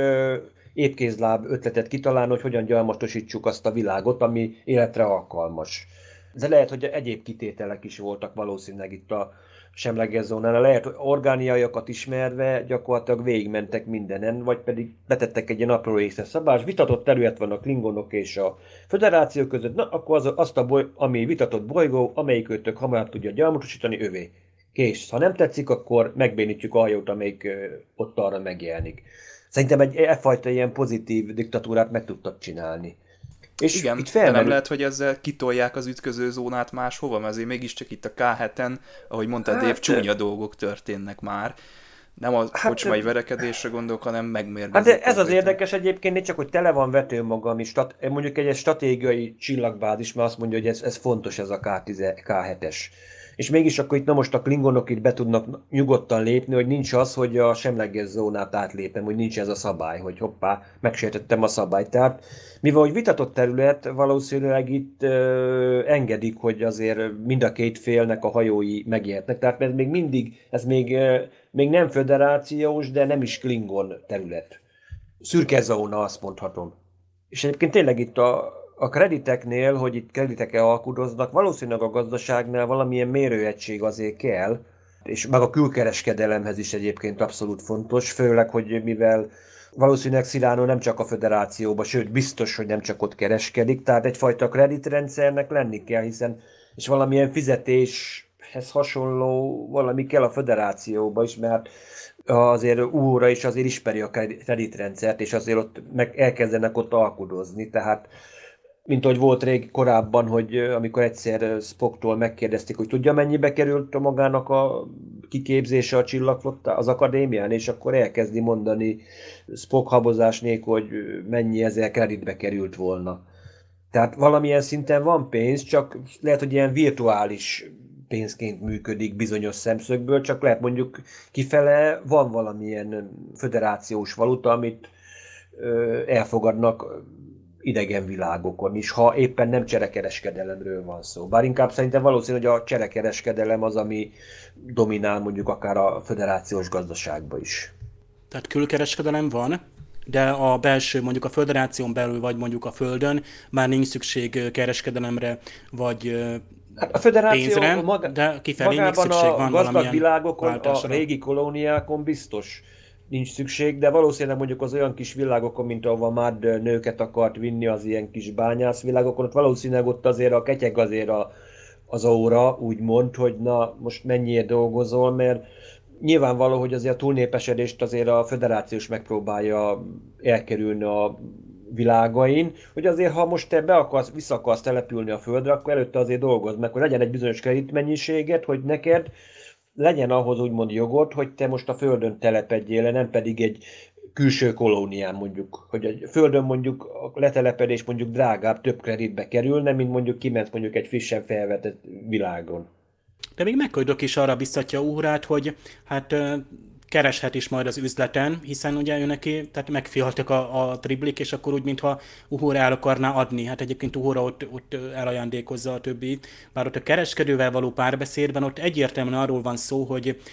épkézláb ötletet kitalálni, hogy hogyan gyarmatosítsuk azt a világot, ami életre alkalmas. De lehet, hogy egyéb kitételek is voltak valószínűleg itt a semleges zónán. Lehet, hogy orgániaiakat ismerve gyakorlatilag végigmentek mindenen, vagy pedig betettek egy ilyen apró észreszabást. Vitatott terület van a klingonok és a föderáció között, na akkor ami vitatott bolygó, amelyik őtök hamarabb tudja gyarmatosítani, övé. Kész. Ha nem tetszik, akkor megbénítjuk a hajót, amelyik ott arra megjelenik. Szerintem egy fajta ilyen pozitív diktatúrát meg tudtak csinálni. És igen, itt de nem lehet, hogy ezzel kitolják az ütköző zónát máshova, mert azért mégiscsak itt a K7-en, ahogy mondta Dave, csúnya dolgok történnek már. Nem a kocsmai verekedésre gondolok, hanem megmérgezik. Hát ez az érdekes egyébként, csak hogy tele van vetőmaga, ami mondjuk egy stratégiai csillagbázis, mert azt mondja, hogy ez fontos, ez a K7-es. És mégis akkor itt most a klingonok itt be tudnak nyugodtan lépni, hogy nincs az, hogy a semleges zónát átlépem, hogy nincs ez a szabály, hogy hoppá, megsértettem a szabályt. Tehát mivel hogy vitatott terület, valószínűleg itt engedik, hogy azért mind a két félnek a hajói megjehetnek. Tehát ez még nem föderációs, de nem is klingon terület. Szürke zóna, azt mondhatom. És egyébként tényleg itt a krediteknél, hogy itt kreditek alkudoznak, valószínűleg a gazdaságnál valamilyen mérőegység azért kell, és meg a külkereskedelemhez is egyébként abszolút fontos, főleg, hogy mivel valószínűleg Szilánó nem csak a föderációban, sőt biztos, hogy nem csak ott kereskedik, tehát egyfajta kreditrendszernek lenni kell, és valamilyen fizetéshez hasonló valami kell a föderációba is, mert azért úra is azért ismeri a kreditrendszert, és azért ott elkezdenek ott alkudozni, tehát mint ahogy volt korábban, hogy amikor egyszer Spocktól megkérdezték, hogy tudja mennyibe került magának a kiképzése a csillagflotta az akadémián, és akkor elkezdi mondani Spock habozás nélkül, hogy mennyi ezer kreditbe került volna. Tehát valamilyen szinten van pénz, csak lehet, hogy ilyen virtuális pénzként működik bizonyos szemszögből, csak lehet mondjuk kifele van valamilyen föderációs valuta, amit elfogadnak idegen világokon is, ha éppen nem cserekereskedelemről van szó. Bár inkább szerintem valószínű, hogy a cserekereskedelem az, ami dominál mondjuk akár a föderációs gazdaságban is. Tehát külkereskedelem van, de a belső, mondjuk a föderáción belül, vagy mondjuk a földön már nincs szükség kereskedelemre, vagy Hát a föderáció pénzre, de kifelé még szükség van gazdag valamilyen világokon, váltásra. a régi kolóniákon biztos nincs szükség, de valószínűleg mondjuk az olyan kis világokon, mint ahova Mad nőket akart vinni, az ilyen kis bányászvilágokon, ott valószínűleg ott azért a ketyeg azért az óra, úgymond, hogy na most mennyiért dolgozol, mert nyilvánvaló, hogy azért a túlnépesedést azért a föderációs megpróbálja elkerülni a világain, hogy azért ha most te vissza akarsz települni a földre, akkor előtte azért dolgozz meg, hogy legyen egy bizonyos kreditmennyiséged, hogy neked legyen ahhoz úgymond jogod, hogy te most a földön telepedjél le, nem pedig egy külső kolónián mondjuk, hogy a földön mondjuk a letelepedés mondjuk drágább, több kreditbe kerülne, mint mondjuk kiment mondjuk egy frissen felvetett világon. De még McCoy is arra biztatja Uhurát, hogy hát kereshet is majd az üzleten, hiszen ugye ő neki, tehát megfialtak a triblik, és akkor úgy, mintha Uhura el akarná adni. Hát egyébként Uhura ott elajándékozza a többit. Bár ott a kereskedővel való párbeszédben ott egyértelműen arról van szó, hogy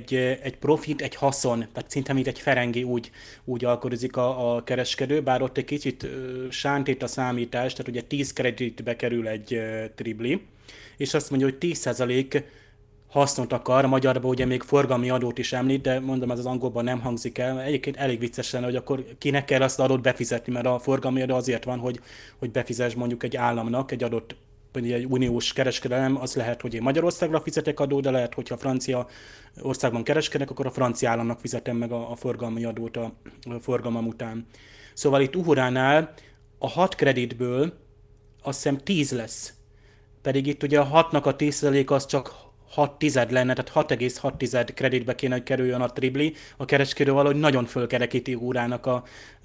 egy profit, egy haszon, tehát szinte mint egy ferengi úgy alkorizik a kereskedő, bár ott egy kicsit sántít a számítás, tehát ugye 10 kreditbe kerül egy tribli, és azt mondja, hogy 10% hasznot akar, magyarban ugye még forgalmi adót is említ, de mondom, ez az angolban nem hangzik el. Egyébként elég vicces lenne, hogy akkor kinek kell azt adót befizetni, mert a forgalmi adó azért van, hogy befizess mondjuk egy államnak egy adott, egy uniós kereskedelem, az lehet, hogy én Magyarországra fizetek adót, de lehet, hogyha Francia országban kereskedek, akkor a francia államnak fizetem meg a forgalmi adót a forgalmam után. Szóval itt Uhuránál a 6 kreditből azt hiszem 10 lesz. Pedig itt ugye a 6-nak a 10% az csak 6 tized lenne, tehát 6,6 kreditbe kéne, hogy kerüljön a tribli. A kereskedő valahogy nagyon fölkerekíti Uhurának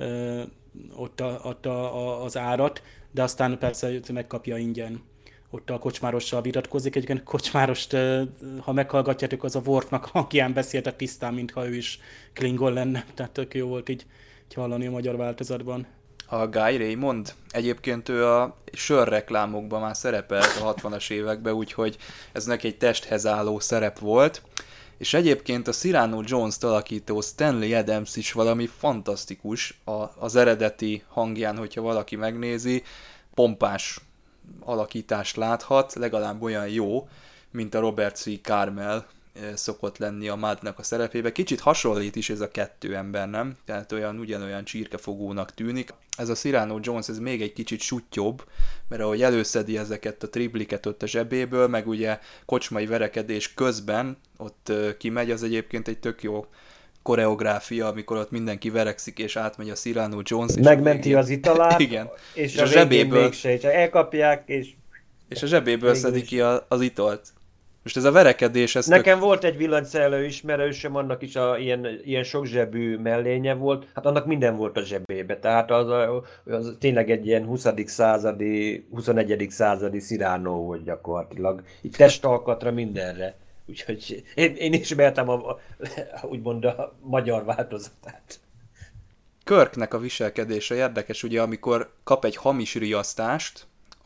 az árat, de aztán persze megkapja ingyen. Ott a kocsmárossal vitatkozik. Egyébként kocsmárost, ha meghallgatjátok, az a Worfnak hangján beszélt a tisztán, mintha ő is Klingon lenne. Tehát tök jó volt így hallani a magyar változatban. A Guy Raymond, egyébként ő a sörreklámokban már szerepelt a 60-as években, úgyhogy ez neki egy testhez álló szerep volt. És egyébként a Cyrano Jones-t alakító Stanley Adams is valami fantasztikus az eredeti hangján, hogyha valaki megnézi, pompás alakítást láthat, legalább olyan jó, mint a Robert C. Carmel szokott lenni a Madnak a szerepébe. Kicsit hasonlít is ez a kettő ember, nem? Tehát ugyanolyan csirkefogónak tűnik. Ez a Cyrano Jones, ez még egy kicsit suttyóbb, mert ahogy előszedi ezeket a tribliket ott a zsebéből, meg ugye kocsmai verekedés közben ott kimegy, az egyébként egy tök jó koreográfia, amikor ott mindenki verekszik, és átmegy a Cyrano Jones. Megmenti az italát, igen. és a zsebéből mégse, és elkapják, és a zsebéből szedik ki az italt. Most ez a verekedés... Nekem volt egy villanyszerelő ismerősöm, annak is ilyen sok zsebű mellénye volt, hát annak minden volt a zsebébe, tehát az tényleg egy ilyen 20. századi, 21. századi Cyrano volt gyakorlatilag, így testalkatra mindenre. Úgyhogy én ismertem úgymond a magyar változatát. Kirknek a viselkedése érdekes, ugye amikor kap egy hamis riasztást,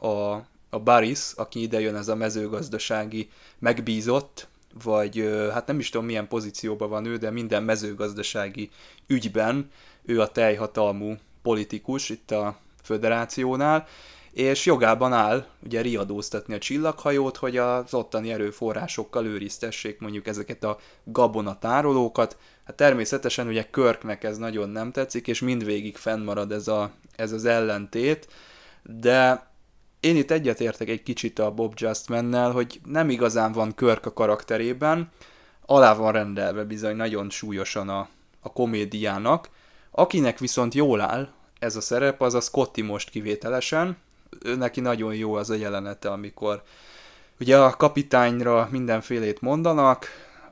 a Barris, aki idejön, ez a mezőgazdasági megbízott, vagy hát nem is tudom milyen pozícióban van ő, de minden mezőgazdasági ügyben ő a teljhatalmú politikus itt a föderációnál, és jogában áll ugye riadóztatni a csillaghajót, hogy az ottani erőforrásokkal őriztessék mondjuk ezeket a gabonatárolókat. Hát természetesen ugye Kirknek ez nagyon nem tetszik, és mindvégig fennmarad ez az ellentét, de én itt egyetértek egy kicsit a Bob Justmannel, hogy nem igazán van Kirk a karakterében, alá van rendelve bizony nagyon súlyosan a komédiának. Akinek viszont jól áll ez a szerep, az a Scotty most kivételesen. Neki nagyon jó az a jelenete, amikor ugye a kapitányra mindenfélét mondanak,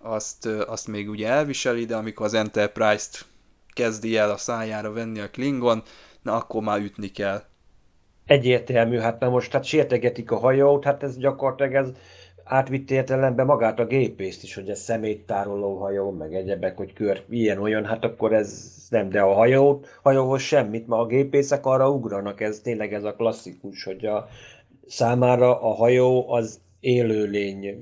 azt még ugye elviseli, de amikor az Enterprise-t kezdi el a szájára venni a Klingon, na akkor már ütni kell. Egyértelmű, hát na most hát sértegetik a hajót, hát ez gyakorlatilag átvitt értelemben magát a gépészt is, hogy ez szeméttároló hajó, meg egyebek, hogy ilyen-olyan, hát akkor ez nem, de a hajóhoz semmit, mert a gépészek arra ugranak, ez tényleg ez a klasszikus, hogy számára a hajó az élőlény,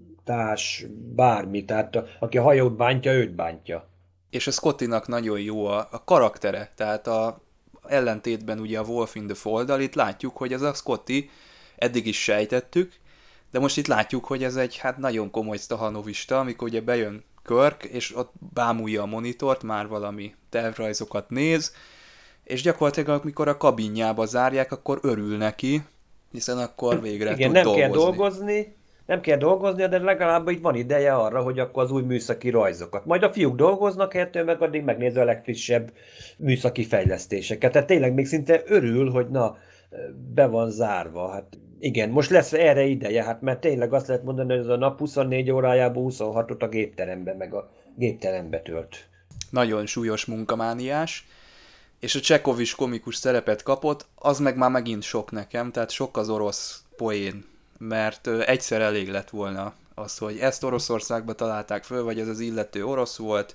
társ, bármi, tehát aki a hajót bántja, őt bántja. És a Scottynak nagyon jó a karaktere, tehát ellentétben ugye a Wolf in the Fold-dal itt látjuk, hogy ez a Scotty, eddig is sejtettük, de most itt látjuk, hogy ez egy hát nagyon komoly stahanovista, amikor ugye bejön Kirk, és ott bámulja a monitort, már valami tervrajzokat néz, és gyakorlatilag amikor a kabinjába zárják, akkor örül neki, hiszen akkor végre igen, tud dolgozni. Nem kell dolgozni, de legalább itt van ideje arra, hogy akkor az új műszaki rajzokat. Majd a fiúk dolgoznak, ettől meg addig megnézve a legfrissebb műszaki fejlesztéseket. Tehát tényleg még szinte örül, hogy na, be van zárva. Hát igen, most lesz erre ideje, hát mert tényleg azt lehet mondani, hogy ez a nap 24 órájában 26-ot a gépteremben, meg a gépterembe tölt. Nagyon súlyos munkamániás, és a Chekhov is komikus szerepet kapott, az meg már megint sok nekem, tehát sok az orosz poén, mert egyszer elég lett volna az, hogy ezt Oroszországba találták föl, vagy ez az illető orosz volt,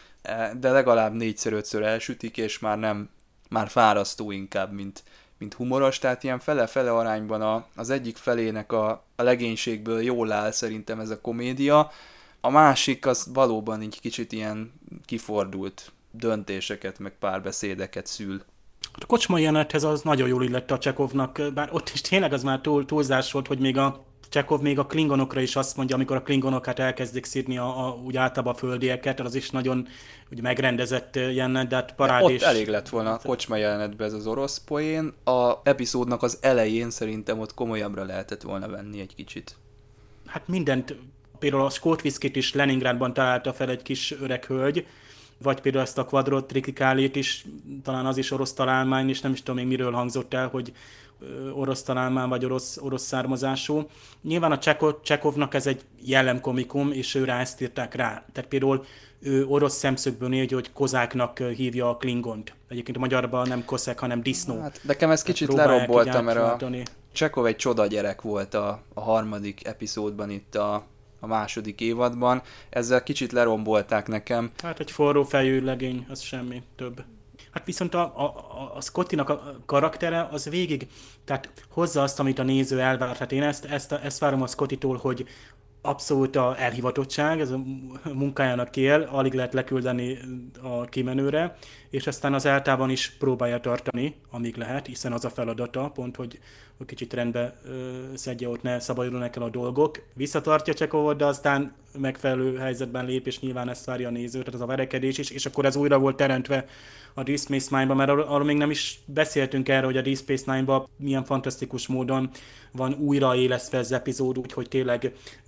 de legalább 4-5-ször elsütik, és már fárasztó inkább, mint humoros, tehát ilyen fele-fele arányban az egyik felének a legénységből jól áll szerintem ez a komédia, a másik az valóban így kicsit ilyen kifordult döntéseket, meg párbeszédeket szül. A kocsma jelenethez az nagyon jól illett a Csekhovnak, bár ott is tényleg az már túlzás volt, hogy még a Csekhov még a klingonokra is azt mondja, amikor a klingonok hát elkezdik szidni úgy általában a földieket, az is nagyon úgy megrendezett jelenet, de hát parádés. Ott elég lett volna a kocsma jelenetben ez az orosz poén. A epizódnak az elején szerintem ott komolyabbra lehetett volna venni egy kicsit. Hát mindent, például a Scott Whiskyt is Leningrádban találta fel egy kis öreg hölgy, vagy például ezt a quadrotriticálét is, talán az is orosz találmány, és nem is tudom még miről hangzott el, hogy orosz találmány, vagy orosz származású. Nyilván a Csekhovnak ez egy jellemkomikum, és őre ezt írták rá. Tehát például ő orosz szemszögből nél, hogy kozáknak hívja a klingont. Egyébként a magyarban nem koszek, hanem disznó. Hát, nekem ez kicsit lerombolta, mert a Csekhov egy csoda gyerek volt a harmadik epizódban itt a második évadban. Ezzel kicsit lerombolták nekem. Hát egy forró fejű legény, az semmi több. Hát viszont a Scottynak a karaktere az végig, tehát hozza azt, amit a néző elvár. Hát én ezt várom a Scottytól, hogy abszolút a elhivatottság, ez a munkájának él, alig lehet leküldeni a kimenőre, és aztán az eltában is próbálja tartani, amíg lehet, hiszen az a feladata, pont, hogy kicsit rendbe szedje, ott ne szabadulnak el a dolgok. Visszatartja Csekhovot, de aztán megfelelő helyzetben lép, és nyilván ezt várja a néző, tehát az a verekedés is, és akkor ez újra volt teremtve a Deep Space Nine-ban, mert arról még nem is beszéltünk erről, hogy a Deep Space Nine-ban milyen fantasztikus módon van újraélesztve ez epizód, úgyhogy tényleg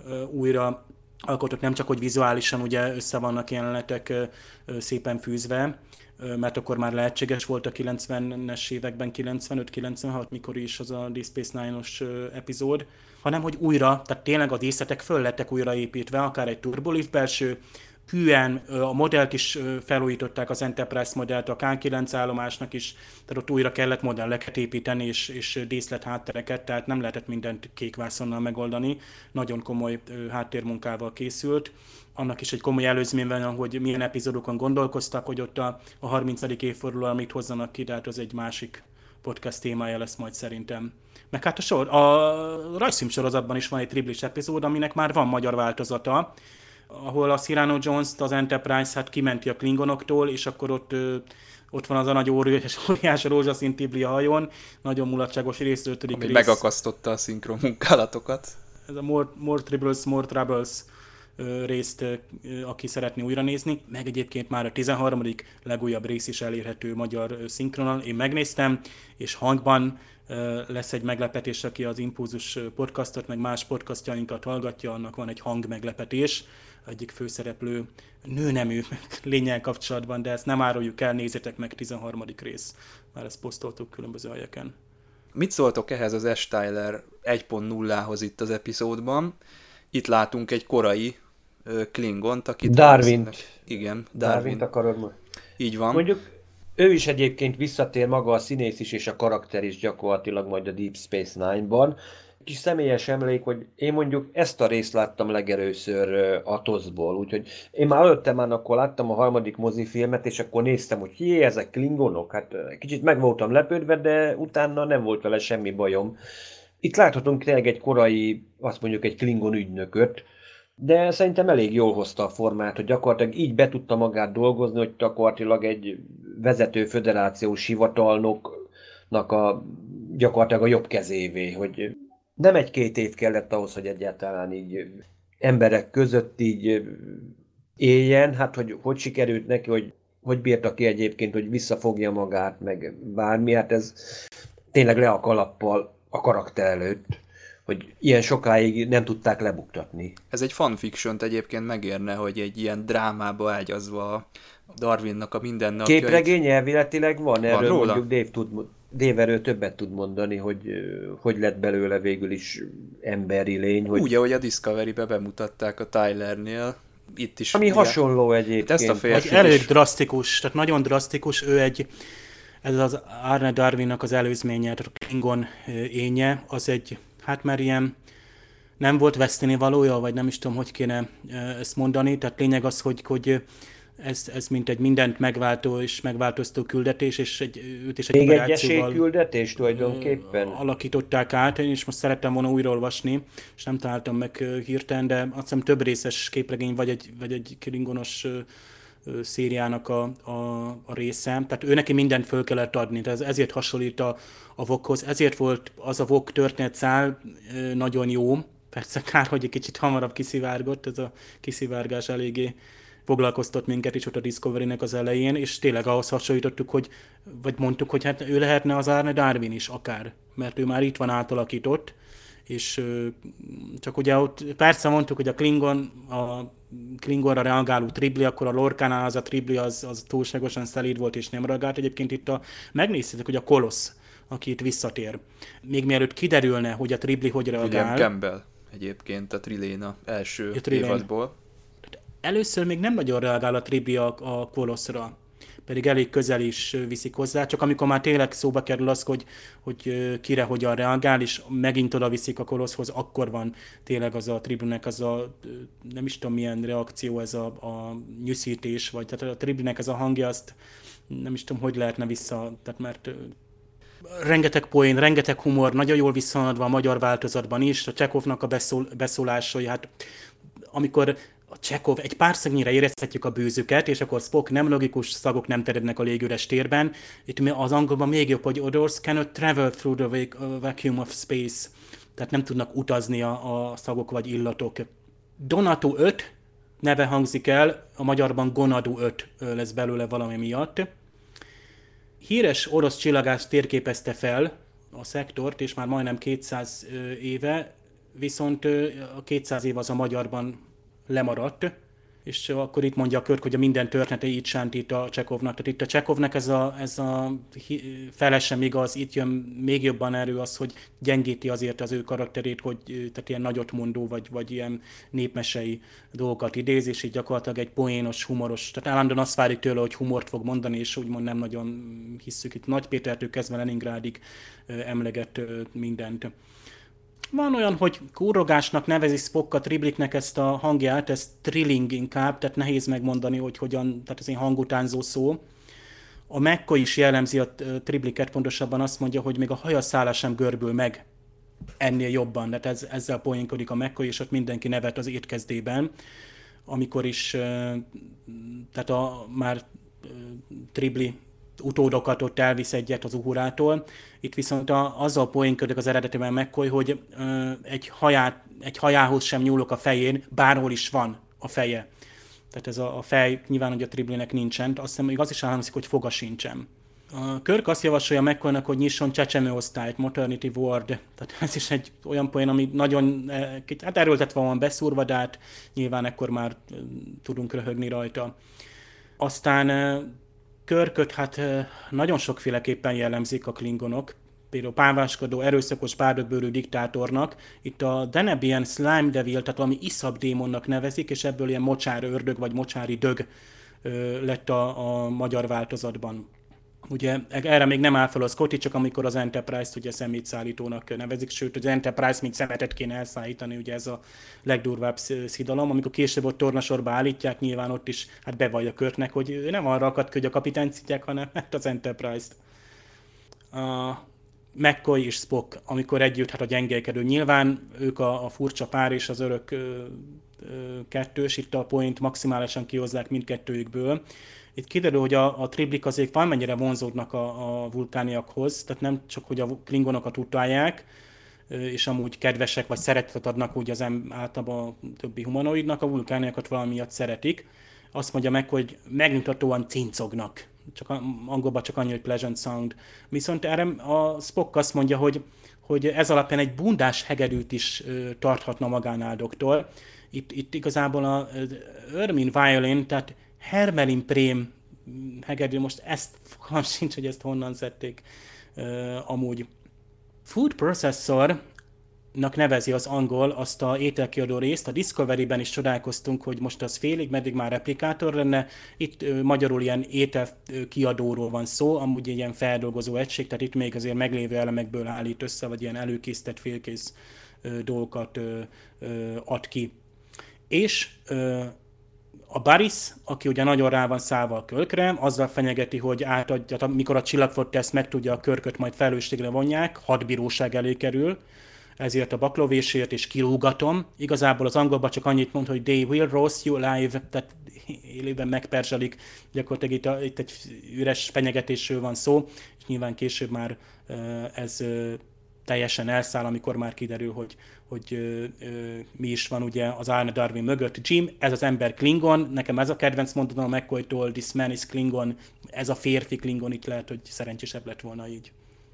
újra alkotott, nem csak, hogy vizuálisan ugye össze vannak jelenetek szépen fűzve, mert akkor már lehetséges volt a 90-es években, 95-96, mikor is az a Deep Space Nine-os epizód, hanem hogy újra, tehát tényleg a díszletek föl lettek újraépítve, akár egy turbolift belső, hűen a modellt is felújították, az Enterprise modellt, a K9 állomásnak is, tehát ott újra kellett modelleket építeni, és díszlet háttereket, tehát nem lehetett mindent kékvászonnal megoldani, nagyon komoly háttérmunkával készült. Annak is egy komoly előzmény van, hogy milyen epizódokon gondolkoztak, hogy ott a 30. évforduló, amit hozzanak ki, de hát az egy másik podcast témája lesz majd szerintem. Meg hát a rajzfilm sorozatban is van egy triplis epizód, aminek már van magyar változata, ahol a Cyrano Jones-t az Enterprise hát kimenti a klingonoktól, és akkor ott van az a nagy óriás rózsaszín tibli a hajón, nagyon mulatságos rész, 5. rész. Megakasztotta a szinkron munkálatokat. Ez a More Troubles részt, aki szeretné újra nézni, meg egyébként már a 13. legújabb rész is elérhető magyar szinkronnal. Én megnéztem, és hangban lesz egy meglepetés, aki az Impulzus podcastot, meg más podcastjainkat hallgatja, annak van egy hangmeglepetés, egyik főszereplő nőnemű lénnyel kapcsolatban, de ezt nem áruljuk el, nézzétek meg, 13. rész. Már ezt posztoltuk különböző helyeken. Mit szóltok ehhez az S. Tyler 1.0-hoz itt az epizódban? Itt látunk egy korai klingont, akit... Darwint. Igen, Darwint akarod most? Így van. Mondjuk ő is egyébként visszatér, maga a színész is, és a karakter is gyakorlatilag majd a Deep Space Nine-ban. kis személyes emlék, hogy én mondjuk ezt a részt láttam legelőször Atoszból, úgyhogy én már előtte már akkor láttam a harmadik mozifilmet, és akkor néztem, hogy jé, ezek klingonok, hát kicsit meg voltam lepődve, de utána nem volt vele semmi bajom. Itt láthatunk tényleg egy korai, azt mondjuk egy klingon ügynököt, de szerintem elég jól hozta a formát, hogy gyakorlatilag így be tudta magát dolgozni, hogy gyakorlatilag egy vezető föderációs hivatalnoknak gyakorlatilag a jobb kezévé, hogy nem 1-2 év kellett ahhoz, hogy egyáltalán így emberek között így éljen, hát hogy sikerült neki, hogy bírta ki egyébként, hogy visszafogja magát, meg bármi, hát ez tényleg le a kalappal a karakter előtt, hogy ilyen sokáig nem tudták lebuktatni. Ez egy fanfiction egyébként megérne, hogy egy ilyen drámába ágyazva a Darwinnak a mindennapjait. Képregény elvéletileg van erről róla? mondjuk Dave erről többet tud mondani, hogy lett belőle végül is emberi lény. Hogy... Úgy, ahogy a Discovery-be bemutatták a Tylernél, itt is. Ami hasonló egyébként. Ezt a férfit elég is. drasztikus, tehát nagyon drasztikus, ez az Arne Darwinnak az előzménye, a Klingon énje, az egy, hát már ilyen nem volt veszteni valója, vagy nem is tudom, hogy kéne ezt mondani, tehát lényeg az, hogy ez mint egy mindent megváltó és megváltoztó küldetés, és őt is egy még egy operációval küldetés tulajdonképpen? Alakították át, én is most szerettem volna újraolvasni, és nem találtam meg hirtelen, de azt hiszem több részes képregény, vagy egy klingonos szériának a része. Tehát ő neki mindent föl kellett adni, tehát ezért hasonlít a Vokhoz, ezért volt az a Vok történetszál nagyon jó. Persze kár, hogy egy kicsit hamarabb kiszivárgott, ez a kiszivárgás eléggé foglalkoztat minket is ott a Discovery-nek az elején, és tényleg ahhoz hasonlítottuk, vagy mondtuk, hogy hát ő lehetne az Arne Darwin is akár, mert ő már itt van átalakított, és csak ugye ott persze mondtuk, hogy a Klingonra reagáló Tribli, akkor a Lorcánál az a Tribli az túlságosan szelíd volt és nem reagált. Egyébként itt megnéztétek, hogy a Kolosz, aki itt visszatér. Még mielőtt kiderülne, hogy a Tribli hogy reagál. William Campbell egyébként a Triléna első évadból. Először még nem nagyon reagál a Tribli a Koloszra, pedig elég közel is viszik hozzá, csak amikor már tényleg szóba kerül az, hogy kire hogyan reagál, és megint oda viszik a Koloszhoz, akkor van tényleg az a Triblinek az a, nem is tudom milyen reakció, ez a nyűszítés, vagy tehát a Triblinek ez a hangja, azt nem is tudom, hogy lehetne vissza, tehát mert rengeteg poén, rengeteg humor, nagyon jól visszaadva a magyar változatban is, a Csekovnak a beszólásai, hát amikor a Csekov egy pár szögnyire érezhetjük a bűzüket, és akkor Spock nem logikus szagok nem terjednek a légüres térben. Itt az angolban még jobb, hogy odors cannot travel through the vacuum of space. Tehát nem tudnak utazni a szagok vagy illatok. Donatu 5 neve hangzik el, a magyarban Gonadu 5 lesz belőle valami miatt. Híres orosz csillagász térképezte fel a szektort, és már majdnem 200 éve, viszont a 200 év az a magyarban lemaradt, és akkor itt mondja a Kirk, hogy a minden története így sántít a Csekovnak. Tehát itt a Csekovnak ez a fele sem igaz, itt jön még jobban erő az, hogy gyengíti azért az ő karakterét, hogy tehát ilyen nagyotmondó, vagy ilyen népmesei dolgokat idéz, és így gyakorlatilag egy poénos, humoros, tehát állandóan azt várjuk tőle, hogy humort fog mondani, és úgymond nem nagyon hisszük. Itt Nagy Pétertől kezdve Leningrádig emleget mindent. Van olyan, hogy kúrogásnak nevezi Spock a Tribliknek ezt a hangját, ez trilling inkább, tehát nehéz megmondani, hogy hogyan, tehát ez egy hangutánzó szó. A McCoy is jellemzi a Tribliket, pontosabban azt mondja, hogy még a hajaszála sem görbül meg ennél jobban, tehát ezzel poénkodik a McCoy, és ott mindenki nevet az étkezdében, amikor is, tehát már Tribli utódokat ott elvisz egyet az Uhurától. Itt viszont azzal poénködik az eredetiben McCoy, hogy egy hajához sem nyúlok a fején, bárhol is van a feje. Tehát ez a fej nyilván, hogy a Triblinek nincsen, azt hiszem, még az is elhangzik, hogy foga sincsen. A Kirk azt javasolja McCoynak, hogy nyisson csecsemőosztályt, Maternity Ward. Tehát ez is egy olyan poén, ami nagyon, hát erőltetve van beszúrva, de hát nyilván ekkor már tudunk röhögni rajta. Aztán Kirköt hát nagyon sokféleképpen jellemzik a klingonok, például páváskodó, erőszakos, párdögbőrű diktátornak. Itt a Denebian Slime Devil, tehát valami iszap démonnak nevezik, és ebből ilyen mocsár ördög vagy mocsári dög lett a magyar változatban. Ugye erre még nem áll fel a Scotty, csak amikor az Enterprise-t ugye szemétszállítónak nevezik, sőt az Enterprise mint szemetet kéne elszállítani, ugye ez a legdurvább szidalom. Amikor később ott tornasorba állítják, nyilván ott is hát bevallja Kirknek, hogy ő nem arra akadt, hogy a kapitányt szidják, hanem hát az Enterprise-t. McCoy és Spock, amikor együtt hát a gyengélkedő. Nyilván ők a furcsa pár és az örök kettős, itt a point maximálisan kihozzák mindkettőjükből. Itt kiderül, hogy a triblik azért valamennyire vonzódnak a vulkániakhoz, tehát nem csak, hogy a klingonokat utálják, és amúgy kedvesek, vagy szeretetet adnak úgy általában a többi humanoidnak, a vulkániakat valamiatt szeretik. Azt mondja meg, hogy megnyugtatóan cincognak. Csak angolban csak annyi, hogy pleasant sound. Viszont erre a Spock azt mondja, hogy ez alapján egy bundás hegedűt is tarthatna magánál doktor. Itt igazából a Ermin Violin, tehát Hermelin Prém hegedű, most ezt fogalmam sincs, hogy ezt honnan szedték amúgy. Food Processornak nevezi az angol azt a ételkiadó részt. A Discovery-ben is csodálkoztunk, hogy most az félig, meddig már replikátor lenne. Itt magyarul ilyen ételkiadóról van szó, amúgy egy ilyen feldolgozó egység, tehát itt még azért meglévő elemekből állít össze, vagy ilyen előkészített félkész dolgokat ad ki. És a Barris, aki ugye nagyon rá van szállva a Kirkre, azzal fenyegeti, hogy átadja, mikor a csillagflotta ezt megtudja, a Kirköt majd felelősségre vonják, hadbíróság elé kerül, ezért a baklövésért és kirúgatom. Igazából az angolban csak annyit mond, hogy they will roast you alive, tehát élőben megperzselik, gyakorlatilag itt egy üres fenyegetésről van szó, és nyilván később már ez teljesen elszáll, amikor már kiderül, hogy mi is van ugye az Arne Darwin mögött. Jim, ez az ember Klingon, nekem ez a kedvenc mondatom a McCoy-tól, this man is Klingon, ez a férfi Klingon, itt lehet, hogy szerencsésebb lett volna így.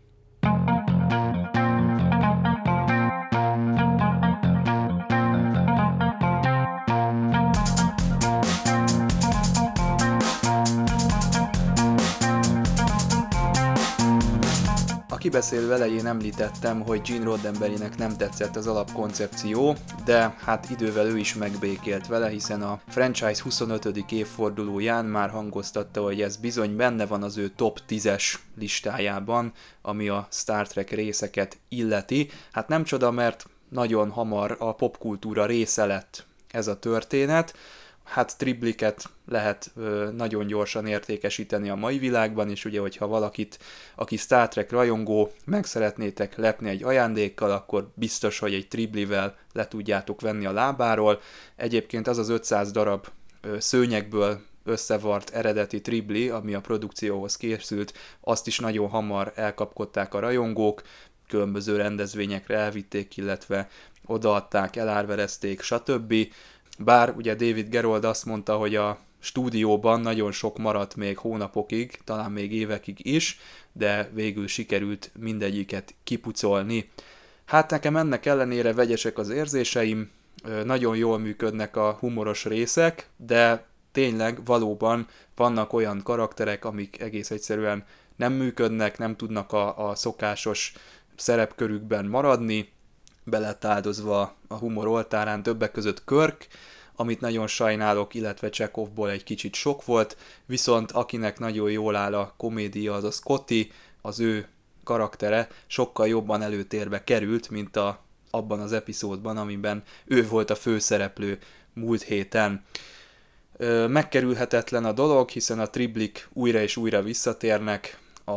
A kibeszélő elején említettem, hogy Gene Roddenberrynek nem tetszett az alapkoncepció, de hát idővel ő is megbékélt vele, hiszen a franchise 25. évfordulóján már hangoztatta, hogy ez bizony benne van az ő top 10-es listájában, ami a Star Trek részeket illeti. Hát nem csoda, mert nagyon hamar a popkultúra része lett ez a történet. Hát tribliket lehet nagyon gyorsan értékesíteni a mai világban, és ugye, hogyha valakit, aki Star Trek rajongó, meg szeretnétek lepni egy ajándékkal, akkor biztos, hogy egy triblivel le tudjátok venni a lábáról. Egyébként az 500 darab szőnyekből összevart eredeti tribli, ami a produkcióhoz készült, azt is nagyon hamar elkapkodták a rajongók, különböző rendezvényekre elvitték, illetve odaadták, elárverezték, stb. Bár ugye David Gerrold azt mondta, hogy a stúdióban nagyon sok maradt még hónapokig, talán még évekig is, de végül sikerült mindegyiket kipucolni. Hát nekem ennek ellenére vegyesek az érzéseim, nagyon jól működnek a humoros részek, de tényleg valóban vannak olyan karakterek, amik egész egyszerűen nem működnek, nem tudnak a szokásos szerepkörükben maradni, be lett áldozva a humor oltárán, többek között Kirk, amit nagyon sajnálok, illetve Chekhovból egy kicsit sok volt, viszont akinek nagyon jól áll a komédia, az a Scotty, az ő karaktere sokkal jobban előtérbe került, mint abban az epizódban, amiben ő volt a főszereplő múlt héten. Megkerülhetetlen a dolog, hiszen a triblik újra és újra visszatérnek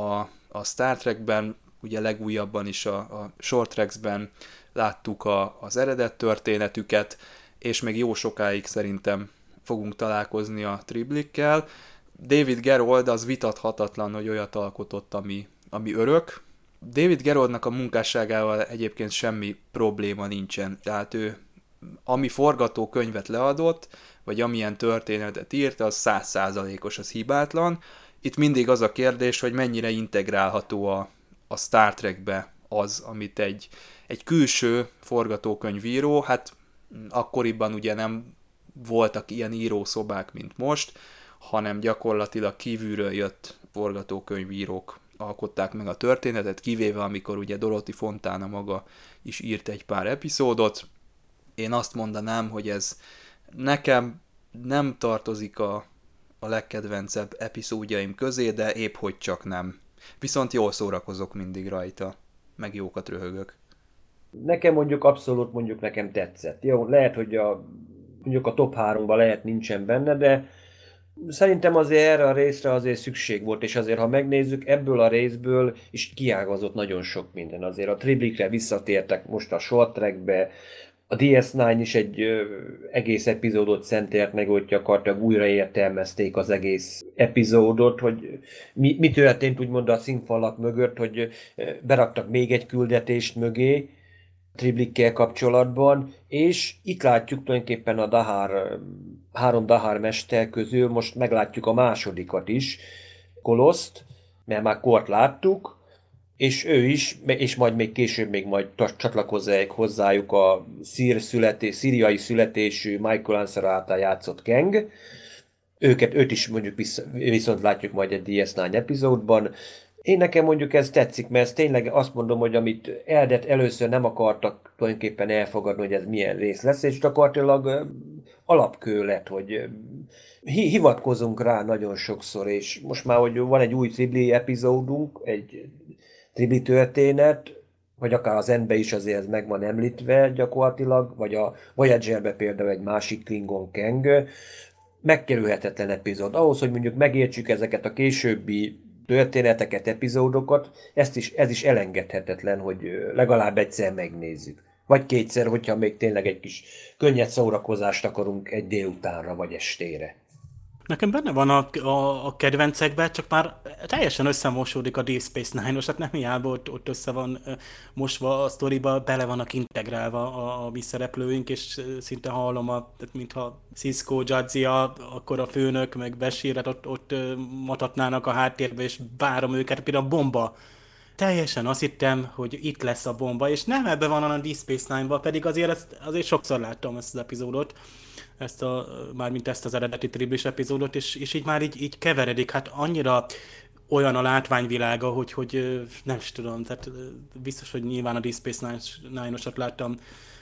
a Star Trekben, ugye legújabban is a Short Treks-ben láttuk az eredet történetüket, és még jó sokáig szerintem fogunk találkozni a triblikkel. David Gerrold az vitathatatlan, hogy olyat alkotott, ami örök. David Gerroldnak a munkásságával egyébként semmi probléma nincsen. Tehát ő, ami forgatókönyvet leadott, vagy amilyen történetet írt, az 100%-os, az hibátlan. Itt mindig az a kérdés, hogy mennyire integrálható a Star Trekbe az, amit egy külső forgatókönyvíró, hát akkoriban ugye nem voltak ilyen írószobák, mint most, hanem gyakorlatilag kívülről jött forgatókönyvírók alkották meg a történetet, kivéve amikor ugye Dorothy Fontana maga is írt egy pár epizódot. Én azt mondanám, hogy ez nekem nem tartozik a legkedvencebb epizódjaim közé, de épp hogy csak nem. Viszont jól szórakozok mindig rajta, meg jókat röhögök. Nekem abszolút nekem tetszett. Jó, lehet, hogy mondjuk a top 3-ban lehet nincsen benne, de szerintem azért erre a részre azért szükség volt, és azért ha megnézzük, ebből a részből is kiágazott nagyon sok minden. Azért a Triblikre visszatértek most a Short Trackbe, a DS9 is egy egész epizódot szentelt meg, hogy gyakorlatilag újraértelmezték az egész epizódot, hogy mi történt úgymond a színfalak mögött, hogy beraktak még egy küldetést mögé, Triblikkel kapcsolatban, és itt látjuk tulajdonképpen a három Dahar mester közül, most meglátjuk a másodikat is, Koloszt, mert már Kort láttuk, és ő is, és majd még később még csatlakozzák hozzájuk a szíriai születésű Michael Ansara által játszott Kang. Őt is mondjuk viszont látjuk majd egy DS9 epizódban. Én nekem ez tetszik, mert ez tényleg azt mondom, hogy amit először nem akartak tulajdonképpen elfogadni, hogy ez milyen rész lesz, és gyakorlatilag alapkő lett, hogy hivatkozunk rá nagyon sokszor, és most már, hogy van egy új Tribli epizódunk, egy Tribli történet, vagy akár az Endbe is azért ez meg van említve gyakorlatilag, vagy a Voyagerbe például egy másik Klingon Kang, megkerülhetetlen epizód. Ahhoz, hogy mondjuk megértsük ezeket a későbbi történeteket, epizódokat, ez is elengedhetetlen, hogy legalább egyszer megnézzük. Vagy kétszer, hogyha még tényleg egy kis könnyed szórakozást akarunk egy délutánra vagy estére. Nekem benne van a kedvencekben, csak már teljesen összemosódik a Deep Space Nine-os, tehát nem hiába ott össze van mosva a sztoriba, bele vannak integrálva a mi szereplőink, és szinte hallom, mintha Sisko, Jadzia, akkor a főnök, meg Bashir, ott matatnának a háttérbe, és várom őket, például a bomba. Teljesen azt hittem, hogy itt lesz a bomba, és nem ebben van a Deep Space Nine-ban, pedig azért sokszor láttam ezt az epizódot, mármint ezt az eredeti Triblis epizódot, és így már így keveredik, hát annyira olyan a látványvilága, hogy nem is tudom, tehát biztos, hogy nyilván a Deep Space Nine-osat láttam,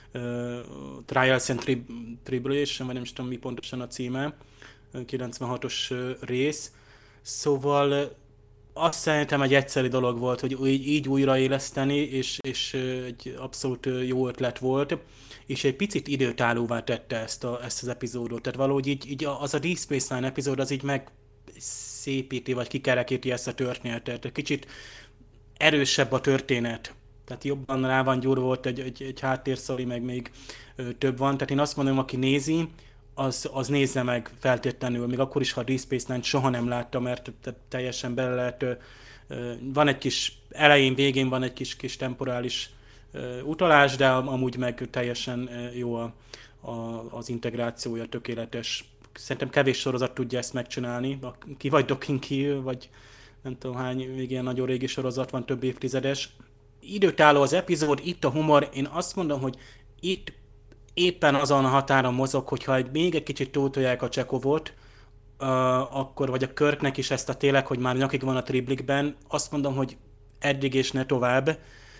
Trials and Tribulation, vagy nem is tudom mi pontosan a címe, 96-os rész, szóval azt szerintem egy egyszerű dolog volt, hogy így újraéleszteni, és egy abszolút jó ötlet volt, és egy picit időtállóvá tette ezt az epizódot. Tehát valahogy így az a Deep Space Nine epizód az így megszépíti, vagy kikerekíti ezt a történetet. Kicsit erősebb a történet. Tehát jobban rá van gyúrva, volt egy háttérsztori, meg még több van. Tehát én azt mondom, aki nézi, az nézze meg feltétlenül, még akkor is, ha a Deep Space Nine soha nem látta, mert teljesen bele lehet, van egy kis elején, végén van egy kis temporális utalás, de amúgy meg teljesen jó az integrációja, tökéletes. Szerintem kevés sorozat tudja ezt megcsinálni, ki vagy Docking Kill, vagy nem tudom hány, még ilyen nagyon régi sorozat van, több évtizedes. Időtálló az epizód, itt a humor, én azt mondom, hogy itt éppen azon a határon mozog, hogyha még egy kicsit túltolják a Chekhovot, akkor, vagy a Kirknek is ezt a tényleg, hogy már nyakig van a Triblikben, azt mondom, hogy eddig és ne tovább,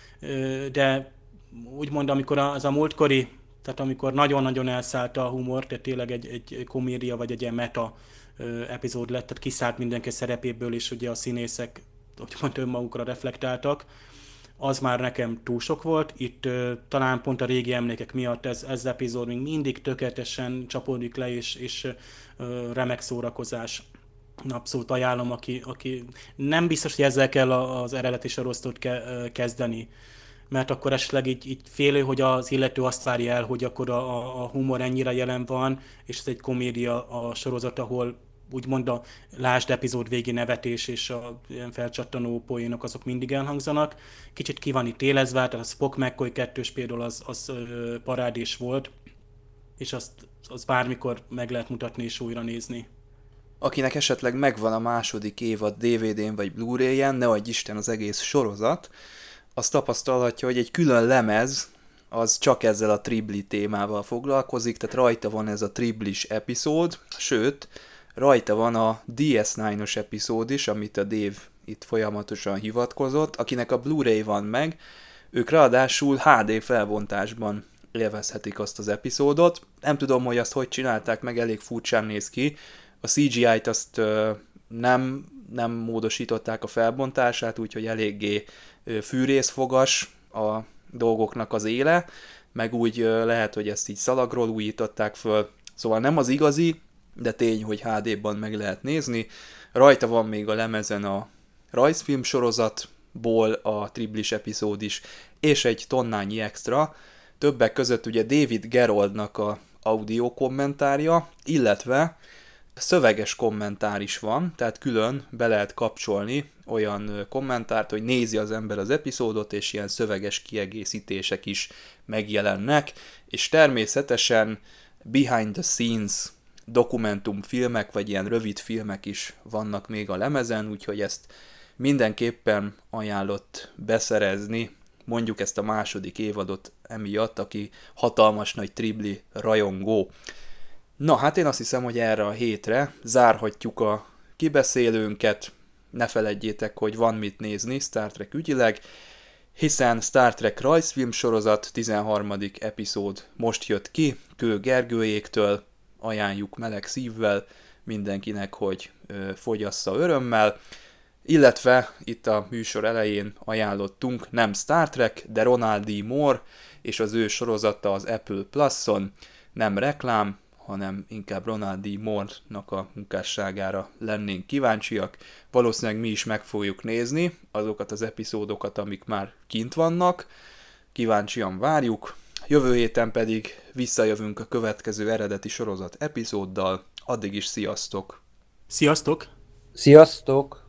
de úgymond, amikor az a múltkori, tehát amikor nagyon-nagyon elszállt a humor, tehát tényleg egy komédia, vagy egy ilyen meta epizód lett, tehát kiszállt mindenki szerepéből, és ugye a színészek úgymond önmagukra reflektáltak, az már nekem túl sok volt. Itt talán pont a régi emlékek miatt ez epizód még mindig tökéletesen csapódik le, és remek szórakozás. Abszolút ajánlom, aki nem biztos, hogy ezzel kell az eredeti sorozatot kezdeni, mert akkor esetleg így félő, hogy az illető azt várja el, hogy akkor a humor ennyire jelen van, és ez egy komédia a sorozat, ahol úgymond a lásd epizód végi nevetés és a ilyen felcsattanó poénok azok mindig elhangzanak. Kicsit ki van itt élezve, tehát a Spock McCoy 2-s például az parádés volt, és azt bármikor meg lehet mutatni és újra nézni. Akinek esetleg megvan a második évad DVD-n vagy Blu-ray-en, ne adj Isten az egész sorozat, az tapasztalhatja, hogy egy külön lemez az csak ezzel a Tribli témával foglalkozik, tehát rajta van ez a Triblis epizód, sőt, rajta van a DS9-os epizód is, amit a Dave itt folyamatosan hivatkozott, akinek a Blu-ray van meg, ők ráadásul HD felbontásban élvezhetik azt az epizódot. Nem tudom, hogy azt hogy csinálták meg, elég furcsán néz ki. A CGI-t azt nem módosították a felbontását, úgyhogy eléggé fűrészfogas a dolgoknak az éle, meg úgy lehet, hogy ezt így szalagról újították föl. Szóval nem az igazi, de tény, hogy HD-ban meg lehet nézni. Rajta van még a lemezen a rajzfilm sorozatból a triplis epizód is, és egy tonnányi extra. Többek között ugye David Geroldnak a audio kommentárja, illetve szöveges kommentár is van, tehát külön be lehet kapcsolni olyan kommentárt, hogy nézi az ember az epizódot, és ilyen szöveges kiegészítések is megjelennek, és természetesen behind the scenes dokumentumfilmek, vagy ilyen rövid filmek is vannak még a lemezen, úgyhogy ezt mindenképpen ajánlott beszerezni, mondjuk ezt a második évadot emiatt, aki hatalmas nagy tripli rajongó. Na, hát én azt hiszem, hogy erre a hétre zárhatjuk a kibeszélőnket. Ne feledjétek, hogy van mit nézni Star Trek ügyileg, hiszen Star Trek rajzfilm sorozat 13. epizód most jött ki, Kő Gergőjéktől, ajánljuk meleg szívvel mindenkinek, hogy fogyassza örömmel, illetve itt a műsor elején ajánlottunk nem Star Trek, de Ronald D. Moore és az ő sorozata az Apple Plus-on, nem reklám, hanem inkább Ronald D. Moore-nak a munkásságára lennénk kíváncsiak. Valószínűleg mi is meg fogjuk nézni azokat az epizódokat, amik már kint vannak. Kíváncsian várjuk. Jövő héten pedig visszajövünk a következő eredeti sorozat epizóddal. Addig is sziasztok! Sziasztok! Sziasztok!